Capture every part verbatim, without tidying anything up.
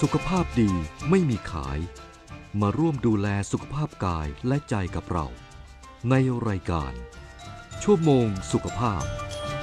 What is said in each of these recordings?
สุขภาพดีไม่มีขายมาร่วมดูแลสุขภาพกายและใจกับเราในรายการชั่วโมงสุขภาพ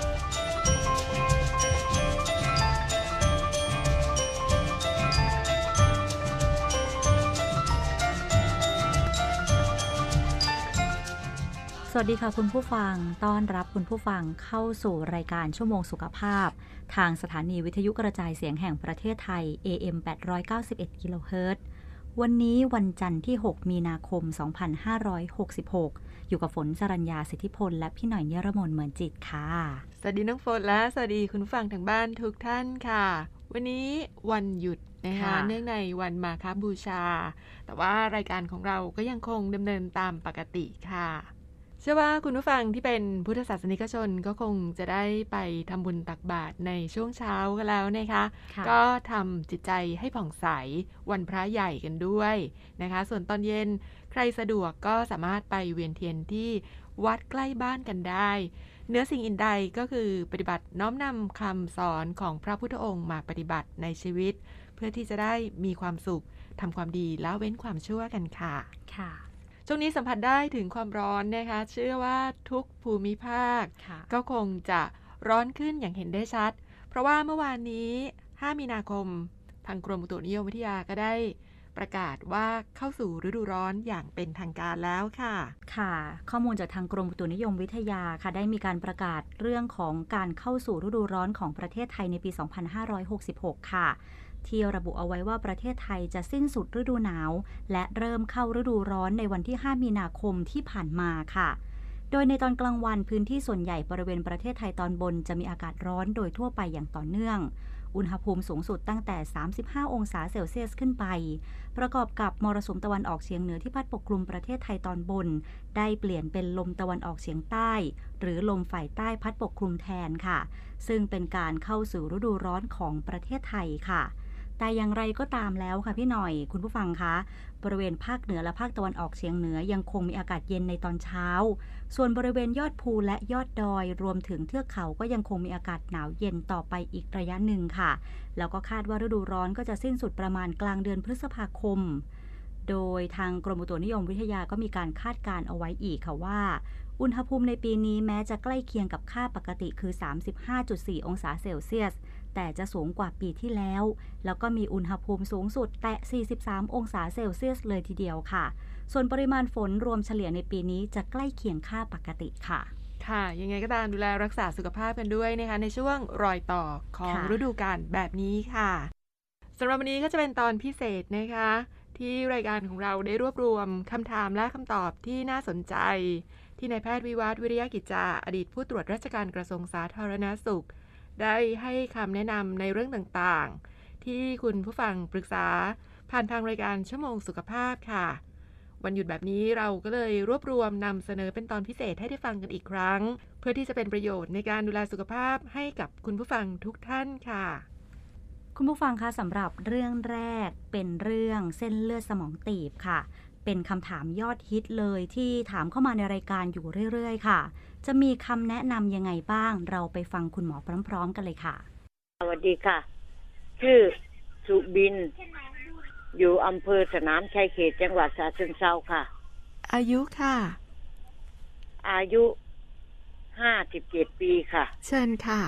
สวัสดีค่ะคุณผู้ฟังต้อนรับคุณผู้ฟังเข้าสู่รายการชั่วโมงสุขภาพทางสถานีวิทยุกระจายเสียงแห่งประเทศไทย เอ เอ็ม แปดร้อยเก้าสิบเอ็ด กิโลเฮิรตซ์วันนี้วันจันทร์ที่หกมีนาคมสองพันห้าร้อยหกสิบหกอยู่กับฝนสรัญญาสิทธิพลและพี่หน่อยนิรมนเหมือนจิตค่ะสวัสดีน้องฝนและสวัสดีคุณผู้ฟังทางบ้านทุกท่านค่ะวันนี้วันหยุดนะคะเนื่องในวันมาฆบูชาแต่ว่ารายการของเราก็ยังคงดำเนินตามปกติค่ะเชื่อว่าคุณผู้ฟังที่เป็นพุทธศาสนิกชนก็คงจะได้ไปทำบุญตักบาตรในช่วงเช้ากันแล้วนะคะก็ทำจิตใจให้ผ่องใสวันพระใหญ่กันด้วยนะคะส่วนตอนเย็นใครสะดวกก็สามารถไปเวียนเทียนที่วัดใกล้บ้านกันได้เนื้อสิ่งอื่นใดก็คือปฏิบัติน้อมนำคำสอนของพระพุทธองค์มาปฏิบัติในชีวิตเพื่อที่จะได้มีความสุขทำความดีแล้วเว้นความชั่วกันค่ะค่ะช่วงนี้สัมผัสได้ถึงความร้อนนะคะเชื่อว่าทุกภูมิภาคก็คงจะร้อนขึ้นอย่างเห็นได้ชัดเพราะว่าเมื่อวานนี้ห้ามีนาคมทางกรมอุตุนิยมวิทยาก็ได้ประกาศว่าเข้าสู่ฤดูร้อนอย่างเป็นทางการแล้วค่ะค่ะข้อมูลจากทางกรมอุตุนิยมวิทยาค่ะได้มีการประกาศเรื่องของการเข้าสู่ฤดูร้อนของประเทศไทยในปีสองพันห้าร้อยหกสิบหกค่ะที่ระบุเอาไว้ว่าประเทศไทยจะสิ้นสุดฤดูหนาวและเริ่มเข้าฤดูร้อนในวันที่ห้ามีนาคมที่ผ่านมาค่ะโดยในตอนกลางวันพื้นที่ส่วนใหญ่บริเวณประเทศไทยตอนบนจะมีอากาศร้อนโดยทั่วไปอย่างต่อเนื่องอุณหภูมิสูงสุดตั้งแต่สามสิบห้าองศาเซลเซียสขึ้นไปประกอบกับมรสุมตะวันออกเฉียงเหนือที่พัดปกคลุมประเทศไทยตอนบนได้เปลี่ยนเป็นลมตะวันออกเฉียงใต้หรือลมฝ่ายใต้พัดปกคลุมแทนค่ะซึ่งเป็นการเข้าสู่ฤดูร้อนของประเทศไทยค่ะแต่อย่างไรก็ตามแล้วค่ะพี่หน่อยคุณผู้ฟังคะบริเวณภาคเหนือและภาคตะวันออกเฉียงเหนือยังคงมีอากาศเย็นในตอนเช้าส่วนบริเวณยอดภูและยอดดอยรวมถึงเทือกเขาก็ยังคงมีอากาศหนาวเย็นต่อไปอีกระยะหนึ่งค่ะแล้วก็คาดว่าฤดูร้อนก็จะสิ้นสุดประมาณกลางเดือนพฤษภาคมโดยทางกรมอุตุนิยมวิทยาก็มีการคาดการณ์เอาไว้อีกค่ะว่าอุณหภูมิในปีนี้แม้จะใกล้เคียงกับค่าปกติคือ สามสิบห้าจุดสี่ องศาเซลเซียสแต่จะสูงกว่าปีที่แล้วแล้วก็มีอุณหภูมิสูงสุดแตะสี่สิบสามองศาเซลเซียสเลยทีเดียวค่ะส่วนปริมาณฝนรวมเฉลี่ยในปีนี้จะใกล้เคียงค่าปกติค่ะค่ะยังไงก็ตามดูแลรักษาสุขภาพกันด้วยนะคะในช่วงรอยต่อของฤดูกาลแบบนี้ค่ะสำหรับวันนี้ก็จะเป็นตอนพิเศษนะคะที่รายการของเราได้รวบรวมคำถามและคำตอบที่น่าสนใจที่นายแพทย์วิวัฒน์วิริยกิจจาอดีตผู้ตรวจราชการกระทรวงสาธารณสุขได้ให้คำแนะนำในเรื่องต่างๆที่คุณผู้ฟังปรึกษาผ่านทางรายการชั่วโมงสุขภาพค่ะวันหยุดแบบนี้เราก็เลยรวบรวมนำเสนอเป็นตอนพิเศษให้ได้ฟังกันอีกครั้งเพื่อที่จะเป็นประโยชน์ในการดูแลสุขภาพให้กับคุณผู้ฟังทุกท่านค่ะคุณผู้ฟังคะสำหรับเรื่องแรกเป็นเรื่องเส้นเลือดสมองตีบค่ะเป็นคำถามยอดฮิตเลยที่ถามเข้ามาในรายการอยู่เรื่อยๆค่ะจะมีคำแนะนำยังไงบ้างเราไปฟังคุณหมอพร้อมๆกันเลยค่ะสวัสดีค่ะชื่อสุบินอยู่อำเภอสนามชัยเขตจังหวัดฉะเชิงเทราค่ะอายุค่ะอายุห้าสิบเจ็ดปีค่ะเชิญค่ะ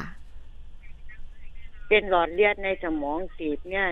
เป็นหลอดเลือดในสมองตีบเนี่ย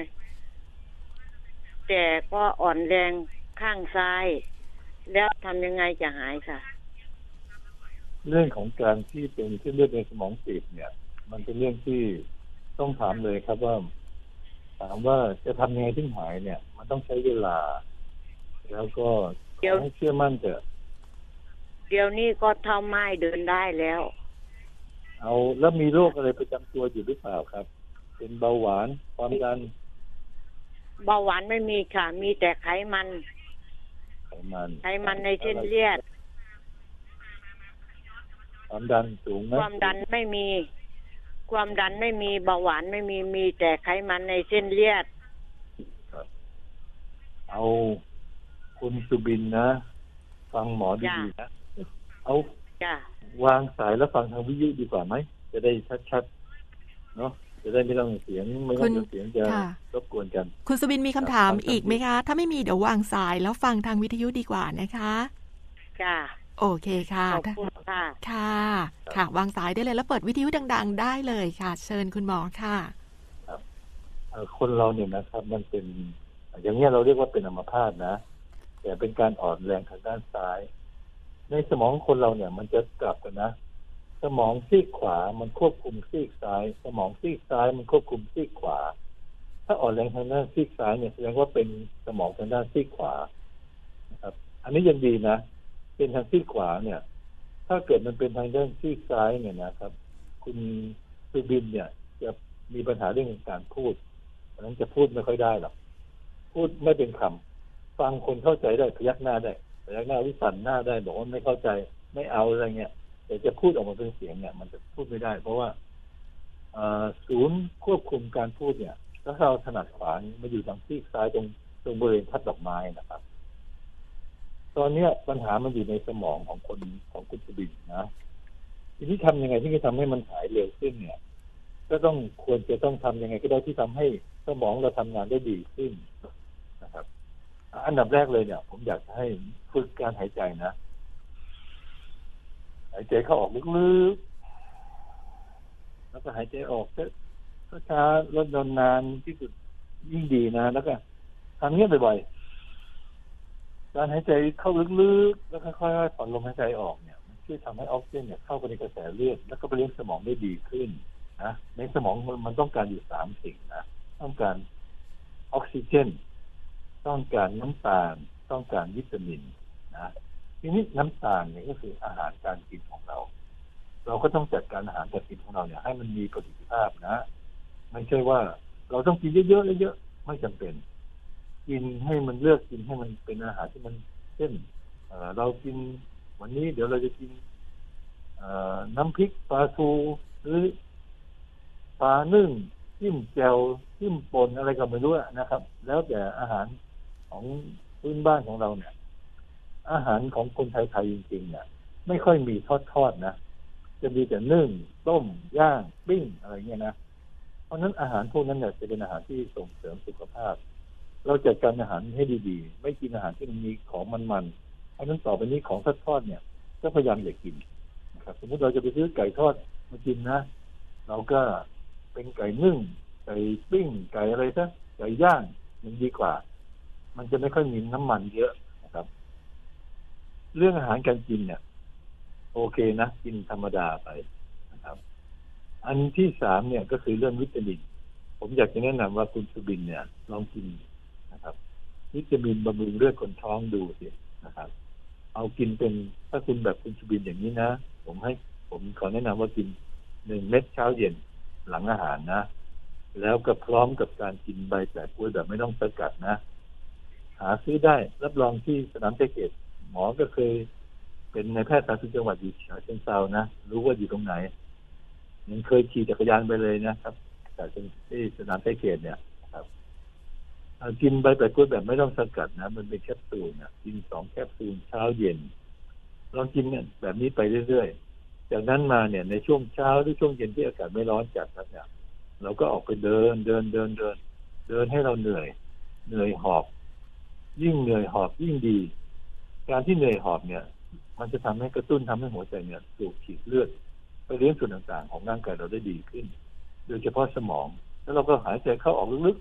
แต่ก็อ่อนแรงข้างซ้ายแล้วทำยังไงจะหายค่ะเรื่องของการที่เป็นเส้นเลือดในสมองตีบเนี่ยมันเป็นเรื่องที่ต้องถามเลยครับว่าถามว่าจะทำยังไงถึงหายเนี่ยมันต้องใช้เวลาแล้วก็ขอให้เชื่อมั่นเถอะเดี๋ยวนี้ก็เท่าไม้เดินได้แล้วเอาแล้วมีโรคอะไรประจำตัวอยู่หรือเปล่าครับเป็นเบาหวานความดันเบาหวานไม่มีค่ะมีแต่ไขมันไขมันไขมันในเส้นเลือดความดันสูงไหมความดันไม่มีความดันไม่มีเบาหวานไม่มีมีแต่ไขมันในเส้นเลือดเอาคุณสุบินนะฟังหมอดีๆนะเอาวางสายแล้วฟังทางวิทยุดีกว่าไหมจะได้ชัดๆเนาะจะได้ไม่ต้องเสียงไม่งั้นเสียงจะรบกวนกันคุณสุบินมีคำถามอีกไหมคะถ้าไม่มีเดี๋ยววางสายแล้วฟังทางวิทยุดีกว่านะคะจ้าโอเคค่ะขอบคุณค่ะค่ะค่ะวางสายได้เลยแล้วเปิดวิทยุดังๆได้เลยค่ะเชิญคุณหมอค่ะครับคนเราเนี่ยนะครับมันเป็นอย่างนี้เราเรียกว่าเป็นอัมพาตนะแต่เป็นการอ่อนแรงทางด้านซ้ายในสมองคนเราเนี่ยมันจะกลับกันนะสมองซีกขวามันควบคุมซีกซ้ายสมองซีกซ้ายมันควบคุมซีกขวาถ้าอ่อนแรงทางด้านซีกซ้ายเนี่ยแสดงว่าเป็นสมองทางด้านซีกขวานะครับอันนี้ยังดีนะเป็นทางซีกขวาเนี่ยถ้าเกิดมันเป็นทางด้านซีกซ้ายเนี่ยนะครับคุณสุบินเนี่ยจะมีปัญหาเรื่องการพูดเพราะฉะนั้นจะพูดไม่ค่อยได้หรอกพูดไม่เป็นคำฟังคนเข้าใจได้พยักหน้าได้พยักหน้าวิสันหน้าได้บอกว่าไม่เข้าใจไม่เอาอะไรเงี้ยแต่จะพูดออกมาเป็นเสียงเนี่ยมันจะพูดไม่ได้เพราะว่าศูนย์ควบคุมการพูดเนี่ยถ้าเราถนัดขวามาอยู่ทางซีกซ้ายตรงตรงบริเวณทัดดอกไม้นะครับตอนนี้ปัญหามันอยู่ในสมองของคนของคุณสุบินนะทีนี้ทำยังไงที่จะทำให้มันหายเร็วขึ้นเนี่ยก็ต้องควรจะต้องทำยังไงก็ได้ที่ทำให้สมองเราทำงานได้ดีขึ้นนะครับอันดับแรกเลยเนี่ยผมอยากให้ฝึกการหายใจนะหายใจเข้าออกลึกๆแล้วก็หายใจออกช้าๆลดนานที่สุดยิ่งดีนะแล้วก็ทำเงี้ยบ่อยๆการหายใจเข้าลึกๆแล้วค่อยๆผ่อนลมหายใจออกเนี่ยมันช่วยทำให้ออกซิเจนเนี่ยเข้าไปในกระแสเลือดแล้วก็ไปเลี้ยงสมองได้ดีขึ้นนะในสมองมันต้องการอยู่สามสิ่งนะต้องการออกซิเจนต้องการน้ำตาลต้องการวิตามินนะทีนี้น้ำตาลเนี่ยก็คืออาหารการกินของเราเราก็ต้องจัดการอาหารการกินของเราเนี่ยให้มันมีประสิทธิภาพนะไม่ใช่ว่าเราต้องกินเยอะๆเยอะๆไม่จำเป็นกินให้มันเลือกกินให้มันเป็นอาหารที่มันเช่นเอ่อเรากินวันนี้เดี๋ยวเราจะกินเอ่อน้ำพริกปลาทูหรือปลานึ่งจิ้มแจ่วจิ้มป่นอะไรก็ไม่รู้นะครับแล้วแต่อาหารของพื้นบ้านของเราเนี่ยอาหารของคนไทยๆจริงๆเนี่ยไม่ค่อยมีทอดๆนะจะมีแต่นึ่งต้มย่างปิ้งอะไรเงี้ยนะเพราะนั้นอาหารพวกนั้นเนี่ยจะเป็นอาหารที่ส่งเสริมสุขภาพเราจัดการอาหารให้ดีๆไม่กินอาหารที่มันมีของมันๆเพราะนั้นต่อไปนี้ของทอดๆเนี่ยก็พยายามอย่ากินนะครับสมมติเราจะไปซื้อไก่ทอดมากินนะเราก็เป็นไก่นึ่งไก่ปิ้งไก่อะไรซะไก่ย่างมันดีกว่ามันจะไม่ค่อยมีน้ำมันเยอะนะครับเรื่องอาหารการกินเนี่ยโอเคนะกินธรรมดาไปนะครับอันที่สามเนี่ยก็คือเรื่องวิตามินผมอยากจะแนะนำว่าคุณสุบินเนี่ยลองกินนะครับวิตามินบำรุงเลือดคนท้องดูสินะครับเอากินเป็นถ้าคุณแบบคุณสุบินอย่างนี้นะผมให้ผมขอแนะนำว่ากินหนึ่งเม็ดเช้าเย็นหลังอาหารนะแล้วก็พร้อมกับการกินใบแปะกล้วยแบบไม่ต้องสกัดนะหาซื้อได้รับรองที่สนามชัยเขตหมอก็เคยเป็นนายแพทย์สาธารณสุขจังหวัดอยู่ฉะเชิงเทรานะรู้ว่าอยู่ตรงไหนยังเคยขี่จักรยานไปเลยนะครับแต่ที่สนามชัยเขตเนี่ยครับกินใบแปะกล้วยแบบไม่ต้องสกัดนะมันเป็นแคปซูลนะกินสองแคปซูลเช้าเย็นลองกินเนี่ยแบบนี้ไปเรื่อยๆจากนั้นมาเนี่ยในช่วงเช้าหรือช่วงเย็นที่อากาศไม่ร้อนจัดเนี่ยเราก็ออกไปเดินเดินเดินเดินเดินให้เราเหนื่อยเหนื่อยหอบยิ่งเหนื่อยหอบยิ่งดีการที่เหนื่อยหอบเนี่ยมันจะทำให้กระตุ้นทำให้หัวใจเนี่ยสูบฉีดเลือดไปเลี้ยงส่วนต่างๆของร่างกายเราได้ดีขึ้นโดยเฉพาะสมองแล้วเราก็หายใจเข้าออกลึก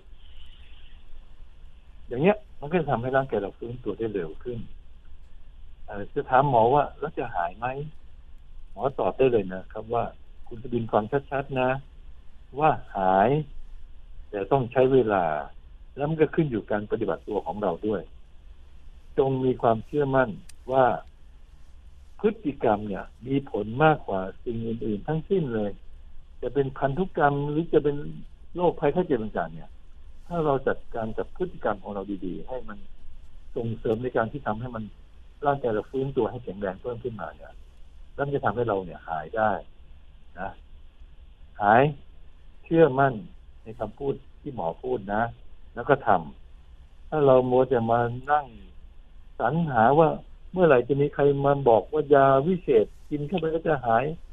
ๆอย่างเงี้ยมันก็จะทำให้ร่างกายเราฟื้นตัวได้เร็วขึ้นจะถามหมอว่าแล้วจะหายไหมหมอตอบได้เลยนะครับว่าคุณสุบินฟังชัดๆนะว่าหายแต่ต้องใช้เวลาแล้วมันก็ขึ้นอยู่การปฏิบัติตัวของเราด้วยจงมีความเชื่อมั่นว่าพฤติกรรมเนี่ยมีผลมากกว่าสิ่งอื่นๆทั้งสิ้นเลยจะเป็นพันธุกรรมหรือจะเป็นโรคภัยไข้เจ็บต่างๆเนี่ยถ้าเราจัดการกับพฤติกรรมของเราดีๆให้มันส่งเสริมในการที่ทำให้มันร่างกายเราฟื้นตัวให้แข็งแรงเพิ่มขึ้นมาเนี่ยแล้วจะทำให้เราเนี่ยหายได้นะหายเชื่อมั่นในคำพูดที่หมอพูดนะแล้วก็ทำถ้าเรามัวจะมานั่งสรรหาว่าเมื่อไหร่จะมีใครมาบอกว่ายาวิเศษกินเข้าไปก็จะหาย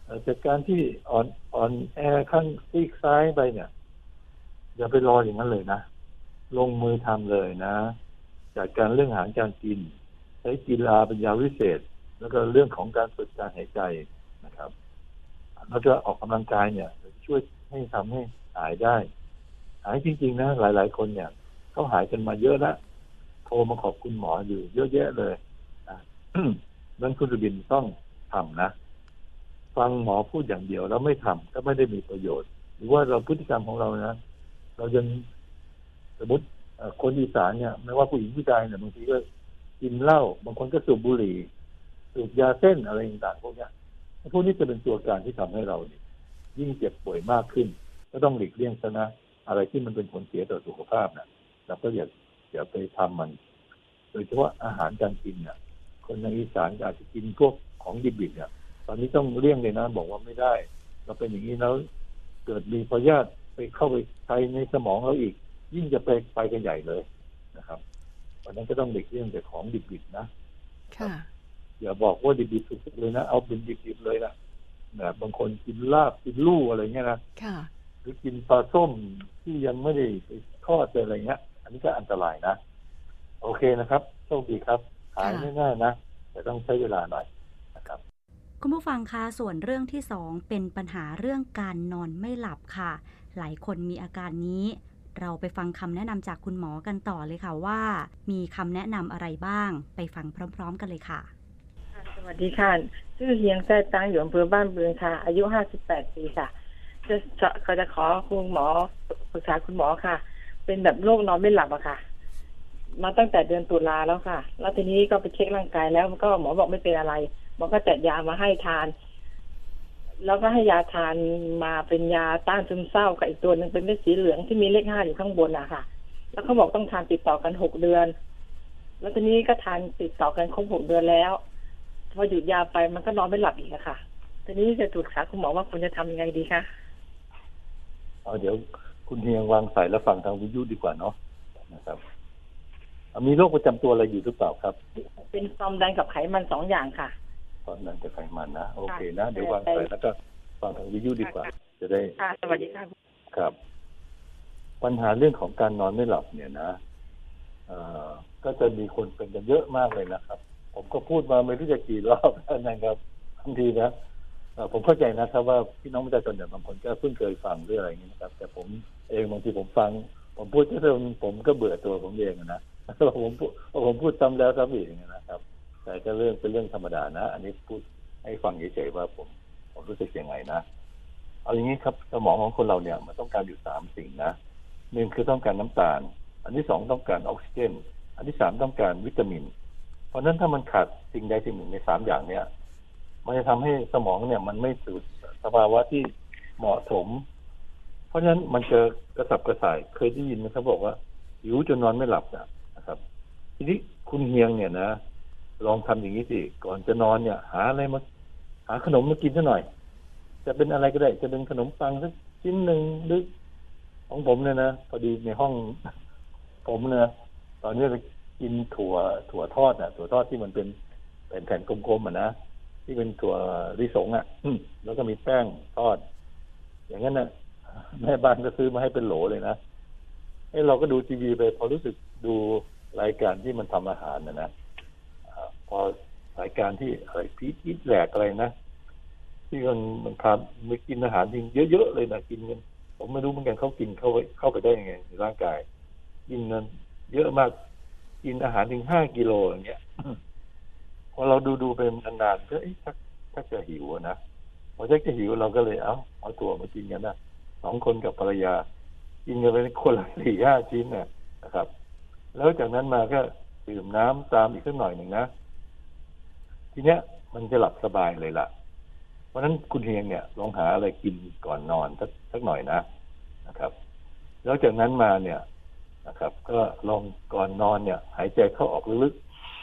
จากการที่อ่อนอ่อนแอข้างซีกซ้ายไปเนี่ยอย่าไปรออย่างนั้นเลยนะลงมือทำเลยนะจากการเรื่องอาหารการกินใช้กีฬาเป็นยาวิเศษแล้วก็เรื่องของการฝึกการหายใจนะครับแล้วก็ออกกำลังกายเนี่ยช่วยให้ทำให้หายได้หายจริงๆนะหลายๆคนเนี่ยเขาหายกันมาเยอะแล้วโทรมาขอบคุณหมออยู่เยอะแยะเลยนะนั้นคุณสุบินต้องทำนะฟังหมอพูดอย่างเดียวแล้วไม่ทำก็ไม่ได้มีประโยชน์หรือว่าเราพฤติกรรมของเรานะเรายังสมมติคนอีสานเนี่ยไม่ว่าผู้หญิงผู้ชายเนี่ยบางทีก็กินเหล้าบางคนก็สูบบุหรี่สูบยาเส้นอะไรต่างๆพวกนี้พวกนี้จะเป็นตัวการที่ทำให้เรายิ่งเจ็บป่วยมากขึ้นก็ต้องหลีกเลี่ยงซะนะอะไรที่มันเป็นผลเสียต่อสุขภาพนะเราก็อย่าอย่าไปทำมันโดยเฉพาะอาหารการกินเนี่ยคนในอีสานอาจจะกินพวกของดิบๆเนี่ยตอนนี้ต้องเลี่ยงเลยนะบอกว่าไม่ได้เราเป็นอย่างนี้แล้วเกิดมีพยาธิไปเข้าไปใช้ในสมองเราอีกยิ่งจะไปไปกันใหญ่เลยนะครับเพราะนั้นก็ต้องหลีกเลี่ยงแต่ของดิบๆนะค่ะอย่าบอกว่าดิบๆสุดๆเลยนะเอาเป็นดิบๆเลยนะแบบบางคนกินลาบกินลู่อะไรเงี้ยนะค่ะหรือกินปลาส้มที่ยังไม่ได้ทอดอะไรเงี้ยอันนี้ก็อันตรายนะโอเคนะครับโชคดีครับหายง่ายๆนะแต่ต้องใช้เวลาหน่อยนะครับคุณผู้ฟังคะส่วนเรื่องที่สองเป็นปัญหาเรื่องการนอนไม่หลับค่ะหลายคนมีอาการนี้เราไปฟังคำแนะนำจากคุณหมอกันต่อเลยค่ะว่ามีคำแนะนำอะไรบ้างไปฟังพร้อมๆกันเลยค่ะสวัสดีค่ะชื่อเฮียงแท้ตั้งอยู่อำเภอบ้านบึงค่ะอายุห้าสิบแปดปีค่ะจะจะก็จะขอคุณหมอปรึกษาคุณหมอค่ะเป็นแบบโรคนอนไม่หลับอะค่ะมาตั้งแต่เดือนตุลาแล้วค่ะแล้วทีนี้ก็ไปเช็คร่างกายแล้วมันก็หมอบอกไม่เป็นอะไรหมอก็จัดยามาให้ทานแล้วก็ให้ยาทานมาเป็นยาต้านซึมเศร้ากับอีกตัวหนึ่งเป็นเม็ดสีเหลืองที่มีเลขห้าอยู่ข้างบนอะค่ะแล้วเขาบอกต้องทานติดต่อกันหกเดือนแล้วทีนี้ก็ทานติดต่อกันครบหกเดือนแล้วพอหยุดยาไปมันก็นอนไม่หลับอีกอะค่ะทีนี้จะปรึกษาคุณหมอว่าควรจะทำยังไงดีคะเอาเดี๋ยวคุณเฮียงวางสายแล้วฟังทางวิทยุดีกว่าเนาะนะครับมีโรคประจำตัวอะไรอยู่หรือเปล่าครับเป็นความดันกับไขมันสองอย่างค่ะความดันกับไขมันนะโอเคนะเดี๋ยววางสายแล้วก็ฟังทางวิทยุดีกว่าจะได้ค่ะสวัสดีค่ะครับปัญหาเรื่องของการนอนไม่หลับเนี่ยนะก็จะมีคนเป็นกันเยอะมากเลยนะครับผมก็พูดมาไม่รู้จะกี่รอบแล้วนะครับบางทีนะผมเข้าใจนะครับว่าพี่น้องประชาชนเนี่ยบางคนก็เพิ่งเคยฟังเรื่องอะไรอย่างนี้นะครับแต่ผมเองบางทีผมฟังผมพูดที่เรื่องผมก็เบื่อตัวผมเองนะผมพูดผมพูดซ้ำแล้วซ้ำอีกนะครับแต่ก็เรื่องเป็นเรื่องธรรมดานะอันนี้พูดให้ฟังเฉยๆว่าผมผมรู้สึกยังไงนะเอาอย่างนี้ครับสมองของคนเราเนี่ยมันต้องการอยู่สามสิ่งนะหนึ่งคือต้องการน้ำตาลอันที่สองต้องการออกซิเจนอันที่สามต้องการวิตามินเพราะนั้นถ้ามันขาดสิ่งใดสิ่งหนึ่งในสามอย่างเนี้ยมันจะทำให้สมองเนี่ยมันไม่สู่สภาวะที่เหมาะสมเพราะฉะนั้นมันจะกระสับกระส่ายเคยได้ยินไหมครับบอกว่าหิวจนนอนไม่หลับนะครับทีนี้คุณเฮียงเนี่ยนะลองทำอย่างนี้สิก่อนจะนอนเนี่ยหาอะไรมาหาขนมมากินซะหน่อยจะเป็นอะไรก็ได้จะเป็นขนมปังสักชิ้นหนึ่งหรือของผมเนี่ยนะพอดีในห้องผมเนี่ยตอนนี้ไปกินถั่วถั่วทอดอ่ะถั่วทอดที่มันเป็นเป็นแผ่นกลมๆอ่ะนะที่เป็นถั่วลิสงอ่ะแล้วก็มีแป้งทอดอย่างนั้นนะแม่บ้านก็ซื้อมาให้เป็นโหลเลยนะให้เราก็ดูทีวีไปพอรู้สึกดูรายการที่มันทำอาหารนะนะพอรายการที่อะไรพีชแหลกอะไรนะที่มันมันทำมันกินอาหารจริงเยอะๆเลยนะกินกันผมไม่รู้เหมือนกันเขากินเข้าไปเข้าไปได้ยังไงในร่างกายกินนั้นเยอะมากกินอาหารถึงห้ากิโลอย่างเงี้ยพอเราดูดูไปนานๆก็เอ๊ะถ้าจะหิวนะพอจะหิวเราก็เลยเอาเอาถั่วมากินกันนะสองคนกับภรรยากินกันไปคนละสี่ห้าชิ้นเนี่ยนะครับแล้วจากนั้นมาก็ดื่มน้ำตามอีกสักหน่อยหนึ่งนะทีเนี้ยมันจะหลับสบายเลยล่ะเพราะฉะนั้นคุณเฮียงเนี่ยลองหาอะไรกินก่อนนอนสักสักหน่อยนะนะครับแล้วจากนั้นมาเนี่ยนะครับก็ลองก่อนนอนเนี่ยหายใจเข้าออกลึก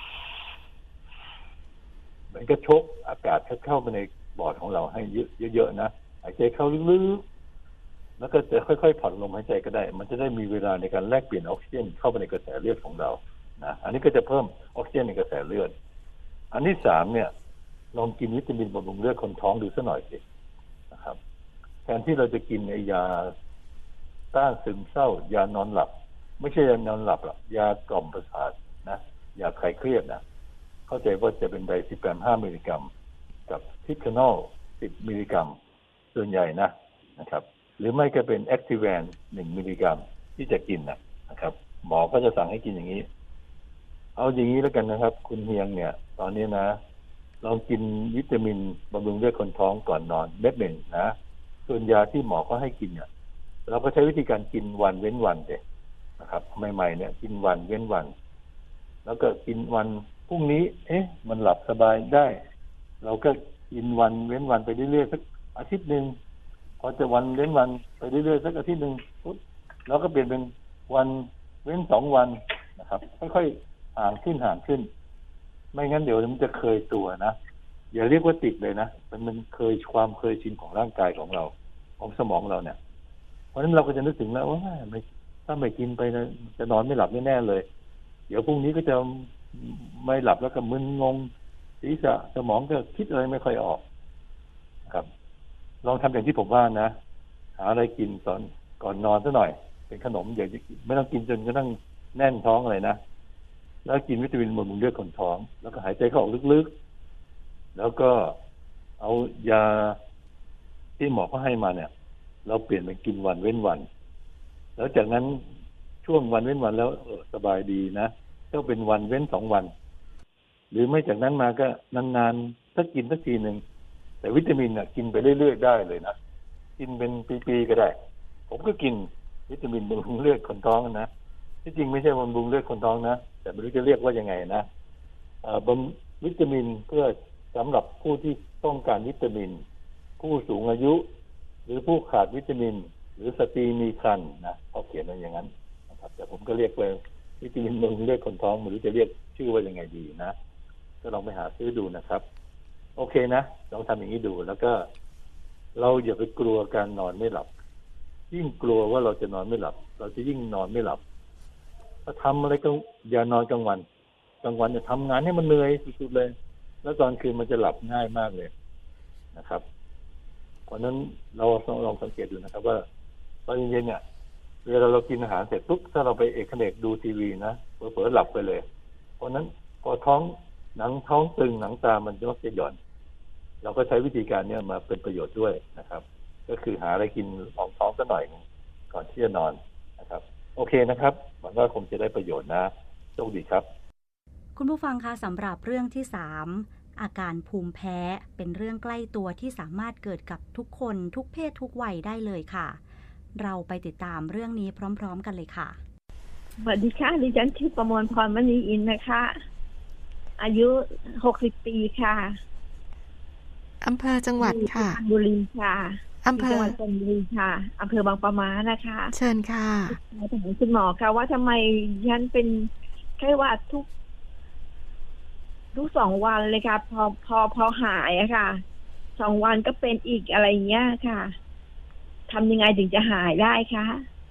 ๆเหมือนก็ชกอากาศเข้าไปในปอดของเราให้เยอะๆนะหายใจเข้าลึกๆแล้วก็จะค่อยๆผ่อนลมหายใจก็ได้มันจะได้มีเวลาในการแลกเปลี่ยนออกซิเจนเข้าไปในกระแสเลือดของเรานะอันนี้ก็จะเพิ่มออกซิเจนในกระแสเลือดอันที่สามเนี่ยลองกินวิตามินบำรุงเลือดคนท้องดูสักหน่อยสินะครับแทนที่เราจะกินไอ้ยาต้านซึมเศร้ายานอนหลับไม่ใช่ยานอนหลับหรอกยากล่อมประสาทนะยาคลายเครียดนะเข้าใจว่าจะเป็นไดซิแปมห้ามิลลิกรัมกับทิคานอลสิบมิลลิกรัมส่วนใหญ่นะนะครับหรือไม่ก็เป็นแอคทิแวนหนึ่งมิลลิกรัมที่จะกินนะนะครับหมอก็จะสั่งให้กินอย่างนี้เอาอย่างนี้แล้วกันนะครับคุณเฮียงเนี่ยตอนนี้นะลองกินวิตามินบำรุงเลือดคนท้องก่อนนอนเม็ดหนึ่งนะส่วนยาที่หมอเขาให้กินเนี่ยเราก็ใช้วิธีการกินวันเว้นวันเด็กนะครับใหม่ๆเนี่ยกินวันเว้นวันแล้วก็กินวันพรุ่งนี้เอ๊ะมันหลับสบายได้เราก็กินวันเว้นวันไปเรื่อยๆสักอาทิตย์หนึ่งพอจะวันเว้นวันไปเรื่อยๆสักอาทิตย์หนึ่งปุ๊บเราก็เปลี่ยนเป็นวันเว้นสองวันนะครับค่อยๆห่างขึ้นห่างขึ้นไม่งั้นเดี๋ยวมันจะเคยตัวนะอย่าเรียกว่าติดเลยนะมันมันเคยความเคยชินของร่างกายของเราของสมองเราเนี่ยเพราะฉะนั้นเราก็จะนึกถึงแล้วว่าไม่ถ้าไม่กินไปนะจะนอนไม่หลับแน่ๆเลยเดี๋ยวพรุ่งนี้ก็จะไม่หลับแล้วก็มึนงงศีรษะสมองก็คิดอะไรไม่ค่อยออกครับลองทำอย่างที่ผมว่านะหาอะไรกินตอนก่อนนอนซะหน่อยเป็นขนมอย่าไม่ต้องกินจนกระทั่งแน่นท้องอะไรนะแล้วกินวิตามินบำรุงเลือดคนท้องแล้วก็หายใจเข้าออกลึกๆแล้วก็เอายาที่หมอเขาให้มาเนี่ยเราเปลี่ยนเป็นกินวันเว้นวันแล้วจากนั้นช่วงวันเว้นวันแล้วเออสบายดีนะก็เป็นวันเว้นสองวันหรือไม่จากนั้นมาก็นานๆถ้ากินสักทีหนึ่งแต่วิตามินอ่ะกินไปเรื่อยๆได้เลยนะกินเป็นปีๆก็ได้ผมก็กินวิตามินบำรุงเลือดคนท้องนะที่จริงไม่ใช่บำรุงเลือดคนท้องนะแต่ไม่รู้จะเรียกว่ายังไงนะบำวิตามินเพื่อสำหรับผู้ที่ต้องการวิตามินผู้สูงอายุหรือผู้ขาดวิตามินหรือสตรีมีครรภ์นะเขาเขียนไว้อย่างนั้นนะครับแต่ผมก็เรียกเลยวิตามินบำรุงเลือดคนท้องไม่รู้จะเรียกชื่อว่ายังไงดีนะก็ลองไปหาซื้อดูนะครับโอเคนะลองทำอย่างนี้ดูแล้วก็เราอย่าไปกลัวการนอนไม่หลับยิ่งกลัวว่าเราจะนอนไม่หลับเราจะยิ่งนอนไม่หลับถ้าทำอะไรก็อย่านอนกลางวันกลางวันจะทำงานให้มันเหนื่อยสุดๆเลยแล้วตอนคืนมันจะหลับง่ายมากเลยนะครับเพราะนั้นเราลองสังเกตดูนะครับว่าตอนเย็นๆเนี่ยเวลาเรากินอาหารเสร็จปุ๊บถ้าเราไปเอกเขนกดูทีวีนะเผลอๆหลับไปเลยเพราะนั้นพอท้องหนังท้องตึงหนังตามันจะมักจะหย่อนเราก็ใช้วิธีการนี้มาเป็นประโยชน์ด้วยนะครับก็คือหาอะไรกินรองท้องสักหน่อยก่อนที่จะนอนนะครับโอเคนะครับหวังว่าคงจะได้ประโยชน์นะโชคดีครับคุณผู้ฟังคะสำหรับเรื่องที่สามอาการภูมิแพ้เป็นเรื่องใกล้ตัวที่สามารถเกิดกับทุกคนทุกเพศทุกวัยได้เลยค่ะเราไปติดตามเรื่องนี้พร้อมๆกันเลยค่ะสวัสดีค่ะดิฉันชื่อประมวลพรมณีอินนะคะอายุหกสิบปีค่ะอำเภอจังหวัดค่ะบุรีค่ะอำเภอจังหวัดชลบุรีค่ะอำเภอบางปะมานะคะเชิญค่ะถามคุณหมอค่ะว่าทำไมฉันเป็นไข้หวัดทุกทุกสองวันเลยค่ะพอพอพอหายอะค่ะสองวันก็เป็นอีกอะไรเงี้ยค่ะทำยังไงถึงจะหายได้คะ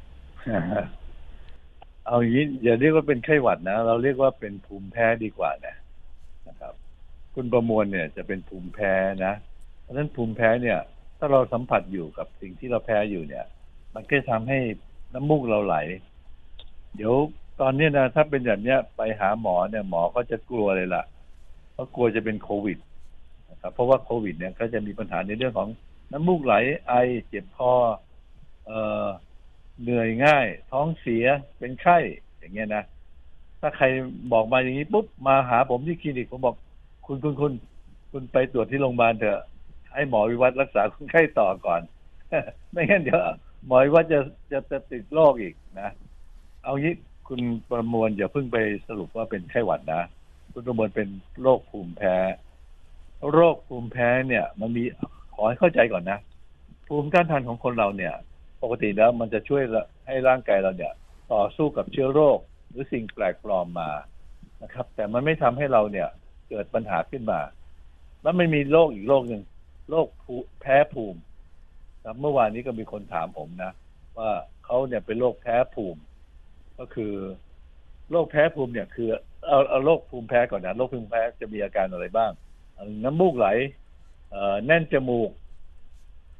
เอาอย่างนี้อย่าเรียกว่าเป็นไข้หวัดนะเราเรียกว่าเป็นภูมิแพ้ดีกว่านะนะครับคุณประมวลเนี่ยจะเป็นภูมิแพ้นะเพราะฉะนั้นภูมิแพ้เนี่ยถ้าเราสัมผัสอยู่กับสิ่งที่เราแพ้อยู่เนี่ยมันก็ทำให้น้ำมูกเราไหลเดี๋ยวตอนนี้นะถ้าเป็นแบบนี้ไปหาหมอเนี่ยหมอก็จะกลัวเลยล่ะเพราะกลัวจะเป็นโควิดนะครับเพราะว่าโควิดเนี่ยก็จะมีปัญหาในเรื่องของน้ำมูกไหลไอเจ็บคอเอ่อเหนื่อยง่ายท้องเสียเป็นไข้อย่างเงี้ยนะถ้าใครบอกมาอย่างนี้ปุ๊บมาหาผมที่คลินิกผมบอกคุณคุณคุณคุณไปตรวจที่โรงพยาบาลเถอะให้หมอวิวัฒน์รักษาคนไข้ต่อก่อน ไม่งั้นเดี๋ยวหมอวิวัฒน์จะจะจะติดโรคอีกนะเอางี้คุณประมวลอย่าเพิ่งไปสรุปว่าเป็นไข้หวัดนะคุณประมวลเป็นโรคภูมิแพ้โรคภูมิแพ้เนี่ยมันมีขอให้เข้าใจก่อนนะภูมิต้านทานของคนเราเนี่ยปกติแล้วมันจะช่วยให้ร่างกายเราเนี่ยต่อสู้กับเชื้อโรคหรือสิ่งแปลกปลอมมานะครับแต่มันไม่ทำให้เราเนี่ยเกิดปัญหาขึ้นมาแล้วมันมีโรคอีกโรคหนึ่งโรคแพ้ภูมิครับเมื่อวานนี้ก็มีคนถามผมนะว่าเขาเนี่ยเป็นโรคแพ้ภูมิก็คือโรคแพ้ภูมิเนี่ยคือเอาเอาโรคภูมิแพ้ก่อนนะโรคภูมิแพ้จะมีอาการอะไรบ้างน้ำมูกไหลแน่นจมูก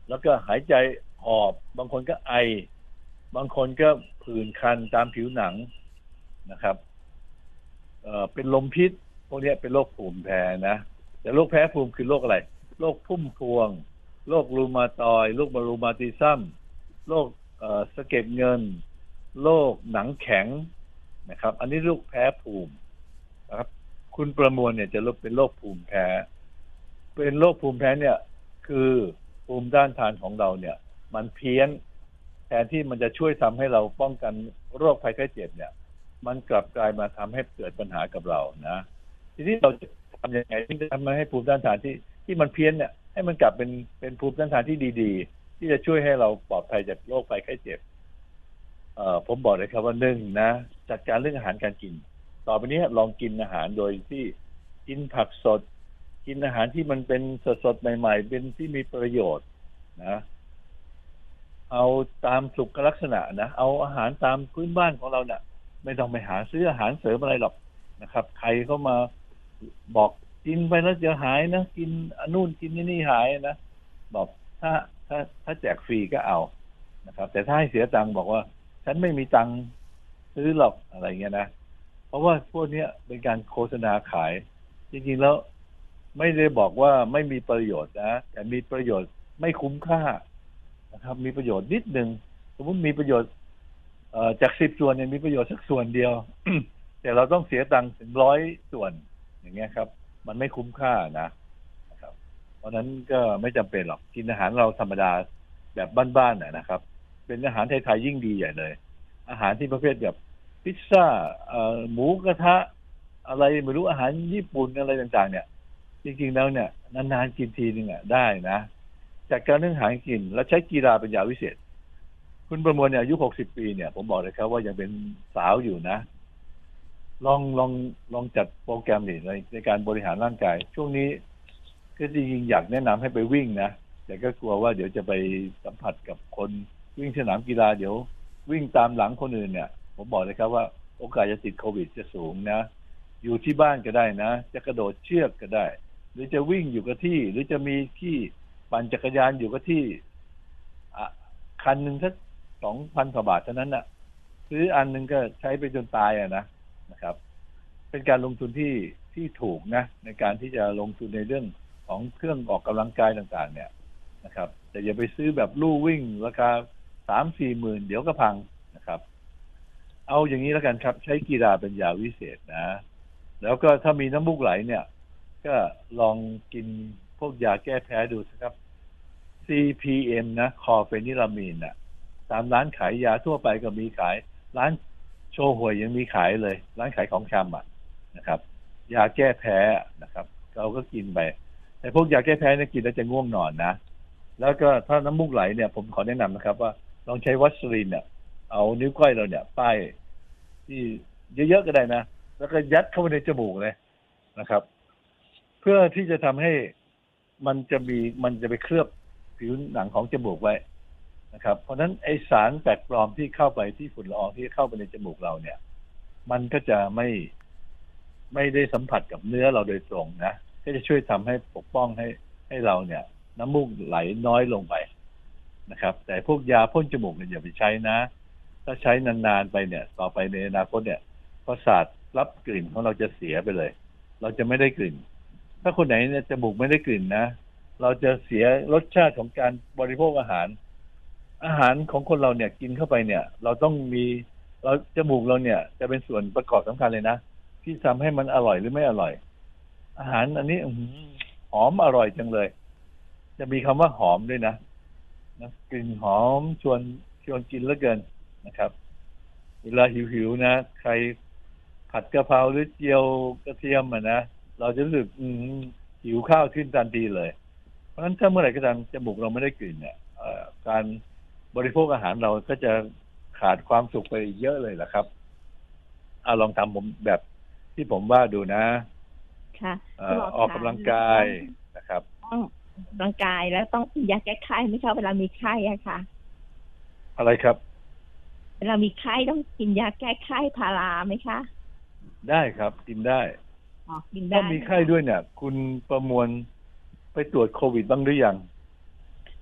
แล้วก็หายใจหอบบางคนก็ไอบางคนก็ผื่นคันตามผิวหนังนะครับเอ่อเป็นลมพิษพวกนี้เป็นโรคภูมิแพ้นะแต่โรคแพ้ภูมิคือโรคอะไรโรคพุ่มพวงโรครูมาตอยด์โรครูมาติซัมโรคเอ่อสะเก็ดเงินโรคหนังแข็งนะครับอันนี้โรคแพ้ภูมินะครับคุณประมวลเนี่ยจะเป็นโรคภูมิแพ้เป็นโรคภูมิแพ้เนี่ยคือภูมิต้านทานของเราเนี่ยมันเพี้ยนแทนที่มันจะช่วยทำให้เราป้องกันโรคภัยไข้เจ็บเนี่ยมันกลับกลายมาทำให้เกิดปัญหากับเรานะทีนี้เราจะทำยังไงที่จะทำให้ภูมิต้านทานที่ที่มันเพี้ยนเนี่ยให้มันกลับเป็นเป็นภูมิต้านทานที่ดีๆที่จะช่วยให้เราปลอดภัยจากโรคภัยไข้เจ็บเอ่อผมบอกเลยครับว่าหนึ่งนะจัดการเรื่องอาหารการกินต่อไปนี้ลองกินอาหารโดยที่กินผักสดกินอาหารที่มันเป็นสดๆใหม่ๆเป็นที่มีประโยชน์นะเอาตามสุขลักษณะนะเอาอาหารตามพื้นบ้านของเราเนี่ยไม่ต้องไปหาซื้ออาหารเสริมอะไรหรอกนะครับใครเข้ามาบอกกินไปแล้วจะหายนะกินอันนู่นกินนี่นี่หายนะบอกถ้าถ้าถ้าแจกฟรีก็เอานะครับแต่ถ้าให้เสียตังค์บอกว่าฉันไม่มีตังค์ซื้อหรอกอะไรเงี้ยนะเพราะว่าพวกนี้เป็นการโฆษณาขายจริงๆแล้วไม่ได้บอกว่าไม่มีประโยชน์นะแต่มีประโยชน์ไม่คุ้มค่านะครับมีประโยชน์นิดนึงสมมติมีประโยชน์เอ่อจากสิบส่วนเนี่ยมีประโยชน์สักส่วนเดียว แต่เราต้องเสียตังค์ถึงร้อยส่วนอย่างเงี้ยครับมันไม่คุ้มค่านะนะครับเพราะนั้นก็ไม่จำเป็นหรอกกินอาหารเราธรรมดาแบบบ้านๆนะครับเป็นอาหารไทยๆยิ่งดีใหญ่เลยอาหารที่ประเภทแบบพิซซ่าเอ่อหมูกระทะอะไรไม่รู้อาหารญี่ปุ่นอะไรต่างๆเนี่ยจริงๆแล้วเนี่ยนานๆกินทีนึงอ่ะได้นะจากการเรื่องหากินแล้วใช้กีฬาเป็นยาวิเศษคุณประมวลเนี่ยอายุหกสิบปีเนี่ยผมบอกเลยครับว่ายังเป็นสาวอยู่นะลองลองลองจัดโปรแกรมในในการบริหารร่างกายช่วงนี้ก็จริงๆอยากแนะนำให้ไปวิ่งนะแต่ก็กลัวว่าเดี๋ยวจะไปสัมผัสกับคนวิ่งสนามกีฬาเดี๋ยววิ่งตามหลังคนอื่นเนี่ยผมบอกเลยครับว่าโอกาสจะติดโควิดจะสูงนะอยู่ที่บ้านก็ได้นะจะกระโดดเชือกก็ได้หรือจะวิ่งอยู่กับที่หรือจะมีที่ปั่นจักรยานอยู่กับที่คันหนึ่งสักสองพันกว่าบาทเท่านั้นน่ะซื้ออันหนึ่งก็ใช้ไปจนตายอ่ะนะนะครับเป็นการลงทุนที่ที่ถูกนะในการที่จะลงทุนในเรื่องของเครื่องออกกำลังกายต่างๆเนี่ยนะครับแต่อย่าไปซื้อแบบลู่วิ่งราคาสามสี่หมื่นเดี๋ยวก็พังนะครับเอาอย่างนี้แล้วกันครับใช้กีฬาเป็นยาวิเศษนะแล้วก็ถ้ามีน้ำมูกไหลเนี่ยก็ลองกินพวกยาแก้แพ้ดูนะครับ ซี พี เอ็ม นะคอร์เฟนิรามีนน่ะตามร้านขายยาทั่วไปก็มีขายร้านโชห่วยยังมีขายเลยร้านขายของชำอ่ะนะครับยาแก้แพ้นะครับเราก็กินไปแต่พวกยาแก้แพ้เนี่ยกินแล้วจะง่วงนอนนะแล้วก็ถ้าน้ำมูกไหลเนี่ยผมขอแนะนำนะครับว่าลองใช้วัสลีนเนี่ยเอานิ้วก้อยเราเนี่ยป้ายที่เยอะๆก็ได้นะแล้วก็ยัดเข้าไปในจมูกเลยนะครับเพื่อที่จะทำให้มันจะมีมันจะไปเคลือบผิวหนังของจมูกไว้นะครับเพราะฉะนั้นไอสารแปลกปลอมที่เข้าไปที่ฝุ่นละอองที่เข้าไปในจมูกเราเนี่ยมันก็จะไม่ไม่ได้สัมผัสกับเนื้อเราโดยตรงนะก็จะช่วยทำให้ปกป้องให้ให้เราเนี่ยน้ำมูกไหลน้อยลงไปนะครับแต่พวกยาพ่นจมูกเนี่ยอย่าไปใช้นะถ้าใช้นานๆไปเนี่ยต่อไปในอนาคตเนี่ยประสาทรับกลิ่นของเราจะเสียไปเลยเราจะไม่ได้กลิ่นถ้าคนไหนเนี่ยจมูกไม่ได้กลิ่นนะเราจะเสียรสชาติของการบริโภคอาหารอาหารของคนเราเนี่ยกินเข้าไปเนี่ยเราต้องมีเราจมูกเราเนี่ยจะเป็นส่วนประกอบสำคัญเลยนะที่ทำให้มันอร่อยหรือไม่อร่อยอาหารอันนี้หอมอร่อยจังเลยจะมีคำว่าหอมด้วยนะนะกลิ่นหอมชวนชวนกินเหลือเกินนะครับเวลาหิวๆนะใครผัดกะเพราหรือเจียวกระเทียมอ่ะนะเราจะรู้สึกหิวข้าวขึ้นทันทีเลยเพราะฉะนั้นถ้าเมื่อไหร่ก็ตามจมูกเราไม่ได้กลิ่นเนี่ยการบริโภคอาหารเราก็จะขาดความสุขไปเยอะเลยแหละครับเอาลองทำผมแบบที่ผมว่าดูนะค่ะออกกำลังกายนะครับต้องออกกำลังกายแล้วต้องกินยาแก้ไข้ไหมคะเวลามีไข้อะค่ะอะไรครับเวลามีไข้ต้องกินยาแก้ไข้พาราไหมคะได้ครับกินได้อ๋อกินได้ถ้ามีไข้ด้วยเนี่ยคุณประมวลไปตรวจโควิดบ้างหรือยัง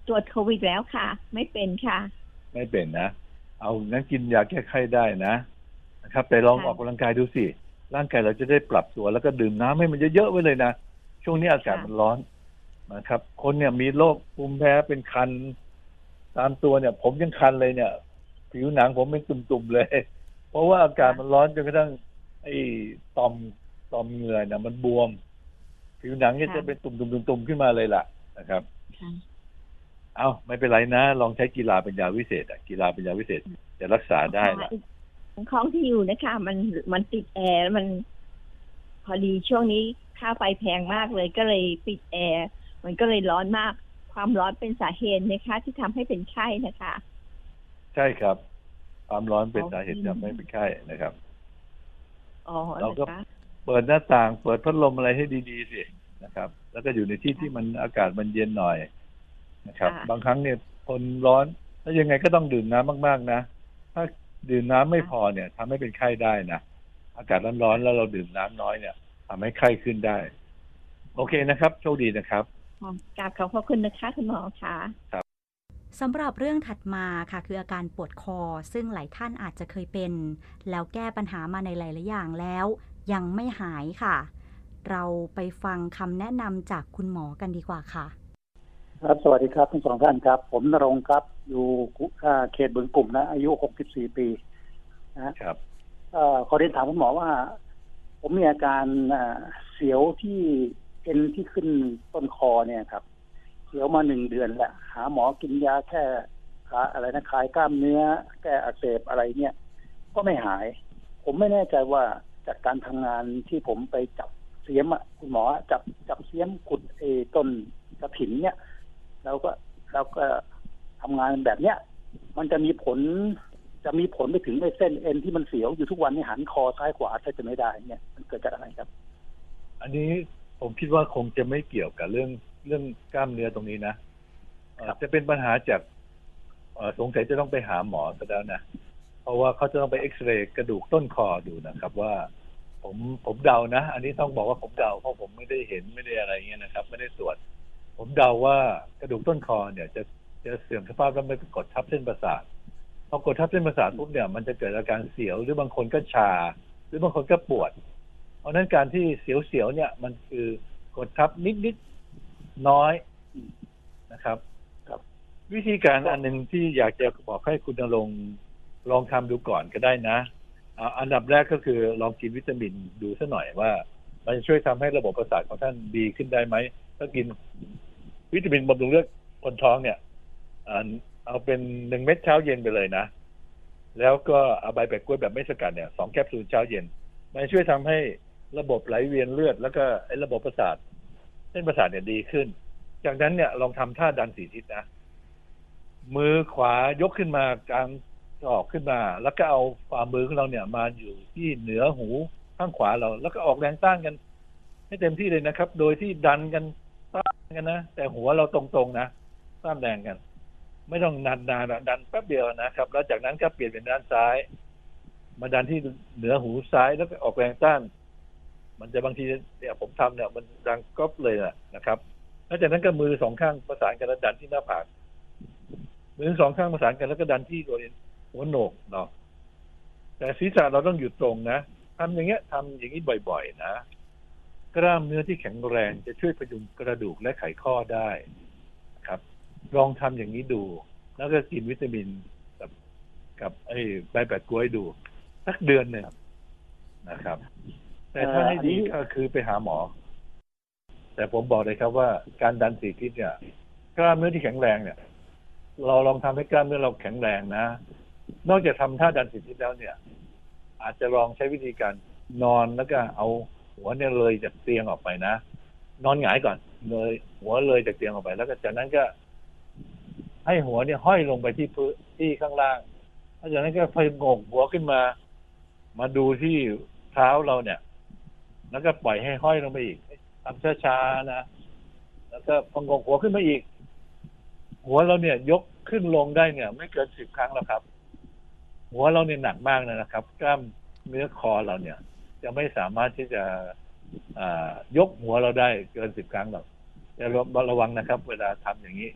ตรวจโควิดแล้วค่ะไม่เป็นค่ะไม่เป็นนะเอางั้นกินยาแก้ไข้ได้นะนะครับแต่ลองออกกำลังกายดูสิร่างกายเราจะได้ปรับตัวแล้วก็ดื่มน้ำให้มันเยอะๆไว้เลยนะช่วงนี้อากาศมันร้อนนะครับคนเนี่ยมีโรคภูมิแพ้เป็นคันตามตัวเนี่ยผมยังคันเลยเนี่ยผิวหนังผมเป็นตุ่มๆเลยเพราะว่าอากาศมันร้อนจนกระทั่งไอ้ต่อมต่อมเหงื่อเนี่ยมันบวมผิวหนังเนี่ยจะเป็นตุ่มๆๆขึ้นมาเลยล่ะนะครับเอาไม่เป็นไรนะลองใช้กีฬาเป็นยาวิเศษอ่ะกีฬาเป็นยาวิเศษจะรักษาได้ละของที่อยู่นะคะมันมันติดแอร์มันพอดีช่วงนี้ค่าไฟแพงมากเลยก็เลยปิดแอร์มันก็เลยร้อนมากความร้อนเป็นสาเหตุนะคะที่ทำให้เป็นไข้นะคะใช่ครับความร้อนเป็นสาเหตุทำให้เป็นไข้นะครับอ๋อเราก็เปิดหน้าต่างเปิดพัดลมอะไรให้ดีๆสินะครับแล้วก็อยู่ในที่ที่มันอากาศมันเย็นหน่อยนะครับบางครั้งเนี่ยคนร้อนแล้วยังไงก็ต้องดื่มน้ำมากๆนะถ้าดื่มน้ำไม่พอเนี่ยทำให้เป็นไข้ได้นะอากาศร้อนๆแล้วเราดื่มน้ำน้อยเนี่ยทำให้ไข้ขึ้นได้โอเคนะครับโชคดีนะครับกราบขอบพระคุณนะคะคุณหมอค่ะครับสำหรับเรื่องถัดมาค่ะคืออาการปวดคอซึ่งหลายท่านอาจจะเคยเป็นแล้วแก้ปัญหามาในหลายๆอย่างแล้วยังไม่หายค่ะเราไปฟังคำแนะนำจากคุณหมอกันดีกว่าค่ะครับสวัสดีครับทั้งสองท่านครับผมณรงค์ครับอยู่เขตบึงกลุ่มนะอายุหกสิบสี่ปีนะครับขอเรียนถามคุณหมอว่าผมมีอาการเสียวที่เอ็นที่ขึ้นต้นคอเนี่ยครับเสียวมาหนึ่งเดือนแล้วหาหมอกินยาแค่อะไรนะคลายกล้ามเนื้อแก้อักเสบอะไรเนี่ยก็ไม่หายผมไม่แน่ใจว่าจากการทำงานที่ผมไปจับเสียมอ่ะคุณหมอจับจับเสียมขุดเอต้นกระถิ่นเนี่ยแล้วก็แล้วก็ทำงานแบบเนี้ยมันจะมีผลจะมีผลไปถึงไอ้เส้นเอ็นที่มันเสียวอยู่ทุกวันนี้หันคอซ้ายขวาแทบจะไม่ได้เนี่ยมันเกิดจากอะไรครับอันนี้ผมคิดว่าคงจะไม่เกี่ยวกับเรื่องเรื่องกล้ามเนื้อตรงนี้นะจะเป็นปัญหาจากสงสัยจะต้องไปหาหมอซะแล้วนะเพราะว่าเขาจะต้องไปเอ็กซเรย์กระดูกต้นคอดูนะครับว่าผมผมเดานะอันนี้ต้องบอกว่าผมเดาเพราะผมไม่ได้เห็นไม่ได้อะไรเงี้ยนะครับไม่ได้ตรวจผมเดาว่ากระดูกต้นคอเนี่ยจะจะเสื่อมสภาพแล้วไม่ไปกดทับเส้นประสาทพอกดทับเส้นประสาทปุ๊บเนี่ยมันจะเกิดอาการเสียวหรือบางคนก็ชาหรือบางคนก็ปวดเพราะนั้นการที่เสียวๆเนี่ยมันคือกดทับนิดๆน้อยนะครับครับวิธีการอันหนึ่งที่อยากจะบอกให้คุณณรงค์ลองทำดูก่อนก็ได้นะอันดับแรกก็คือลองกินวิตามินดูซะหน่อยว่ามันจะช่วยทำให้ระบบประสาทของท่านดีขึ้นได้ไหมถ้ากินวิตามินบำรุงเลือดคนท้องเนี่ยเอาเป็นหนึ่งเม็ดเช้าเย็นไปเลยนะแล้วก็เอาใบแปะกล้วยแบบไม่สกัดเนี่ยสองแคปซูลเช้าเย็นมันช่วยทำให้ระบบไหลเวียนเลือดแล้วก็ไอ้ระบบประสาทเส้นประสาทเนี่ยดีขึ้นจากนั้นเนี่ยลองทำท่าดันสี่ทิศนะมือขวายกขึ้นมากลางออกขึ้นมาแล้วก็เอาฝ่ามือของเราเนี่ยมาอยู่ที่เหนือหูข้างขวาเราแล้วก็ออกแรงต้านกันให้เต็มที่เลยนะครับโดยที่ดันกันต้านกันนะแต่หัวเราตรงๆนะต้านแรงกันไม่ต้องนานๆดันแป๊บเดียวนะครับแล้วจากนั้นก็เปลี่ยนเป็นด้านซ้ายมาดันที่เหนือหูซ้ายแล้วก็ออกแรงต้านมันจะบางทีเนี่ยผมทำเนี่ยมันดังก๊อบเลยนะครับแล้วจากนั้นก็มือสองข้างประสานกันแล้วดันที่หน้าผากมือสองข้างประสานกันแล้วก็ดันที่บริเวณหัวโหนกเนาะแต่ศีรษะเราต้องอยู่ตรงนะทำอย่างเงี้ยทำอย่างนี้บ่อยๆนะกล้ามเนื้อที่แข็งแรงจะช่วยพยุงกระดูกและไขข้อได้ครับลองทำอย่างนี้ดูแล้วก็กินวิตามินกับกับไอ้ใบแปะกล้วยดูสักเดือนหนึ่งนะครับแต่ถ้าให้ดีก็คือไปหาหมอแต่ผมบอกเลยครับว่าการดันสี่ทิศเนี่ยกล้ามเนื้อที่แข็งแรงเนี่ยเราลองทำให้กล้ามเนื้อเราแข็งแรงนะนอกจากทำท่าดันสี่ทิศแล้วเนี่ยอาจจะลองใช้วิธีการนอนแล้วก็เอาหัวเนี่ยเลยจากเตียงออกไปนะนอนหงายก่อนเลยหัวเลยจากเตียงออกไปแล้วก็จากนั้นก็ให้หัวเนี่ยห้อยลงไปที่พื้นที่ข้างล่างแล้วจากนั้นก็พยงกหัวขึ้นมามาดูที่เท้าเราเนี่ยแล้วก็ปล่อยให้ห้อยลงไปอีกทำช้าๆนะแล้วก็พงกหัวขึ้นมาอีกหัวเราเนี่ยยกขึ้นลงได้เนี่ยไม่เกินสิบครั้งแล้วครับหัวเราเนี่ยหนักมากนะครับกล้ามเนื้อคอเราเนี่ยจะไม่สามารถที่จะยกหัวเราได้เกินสิบครั้งหรอกแต่ระวังนะครับเวลาทำอย่างนี้ท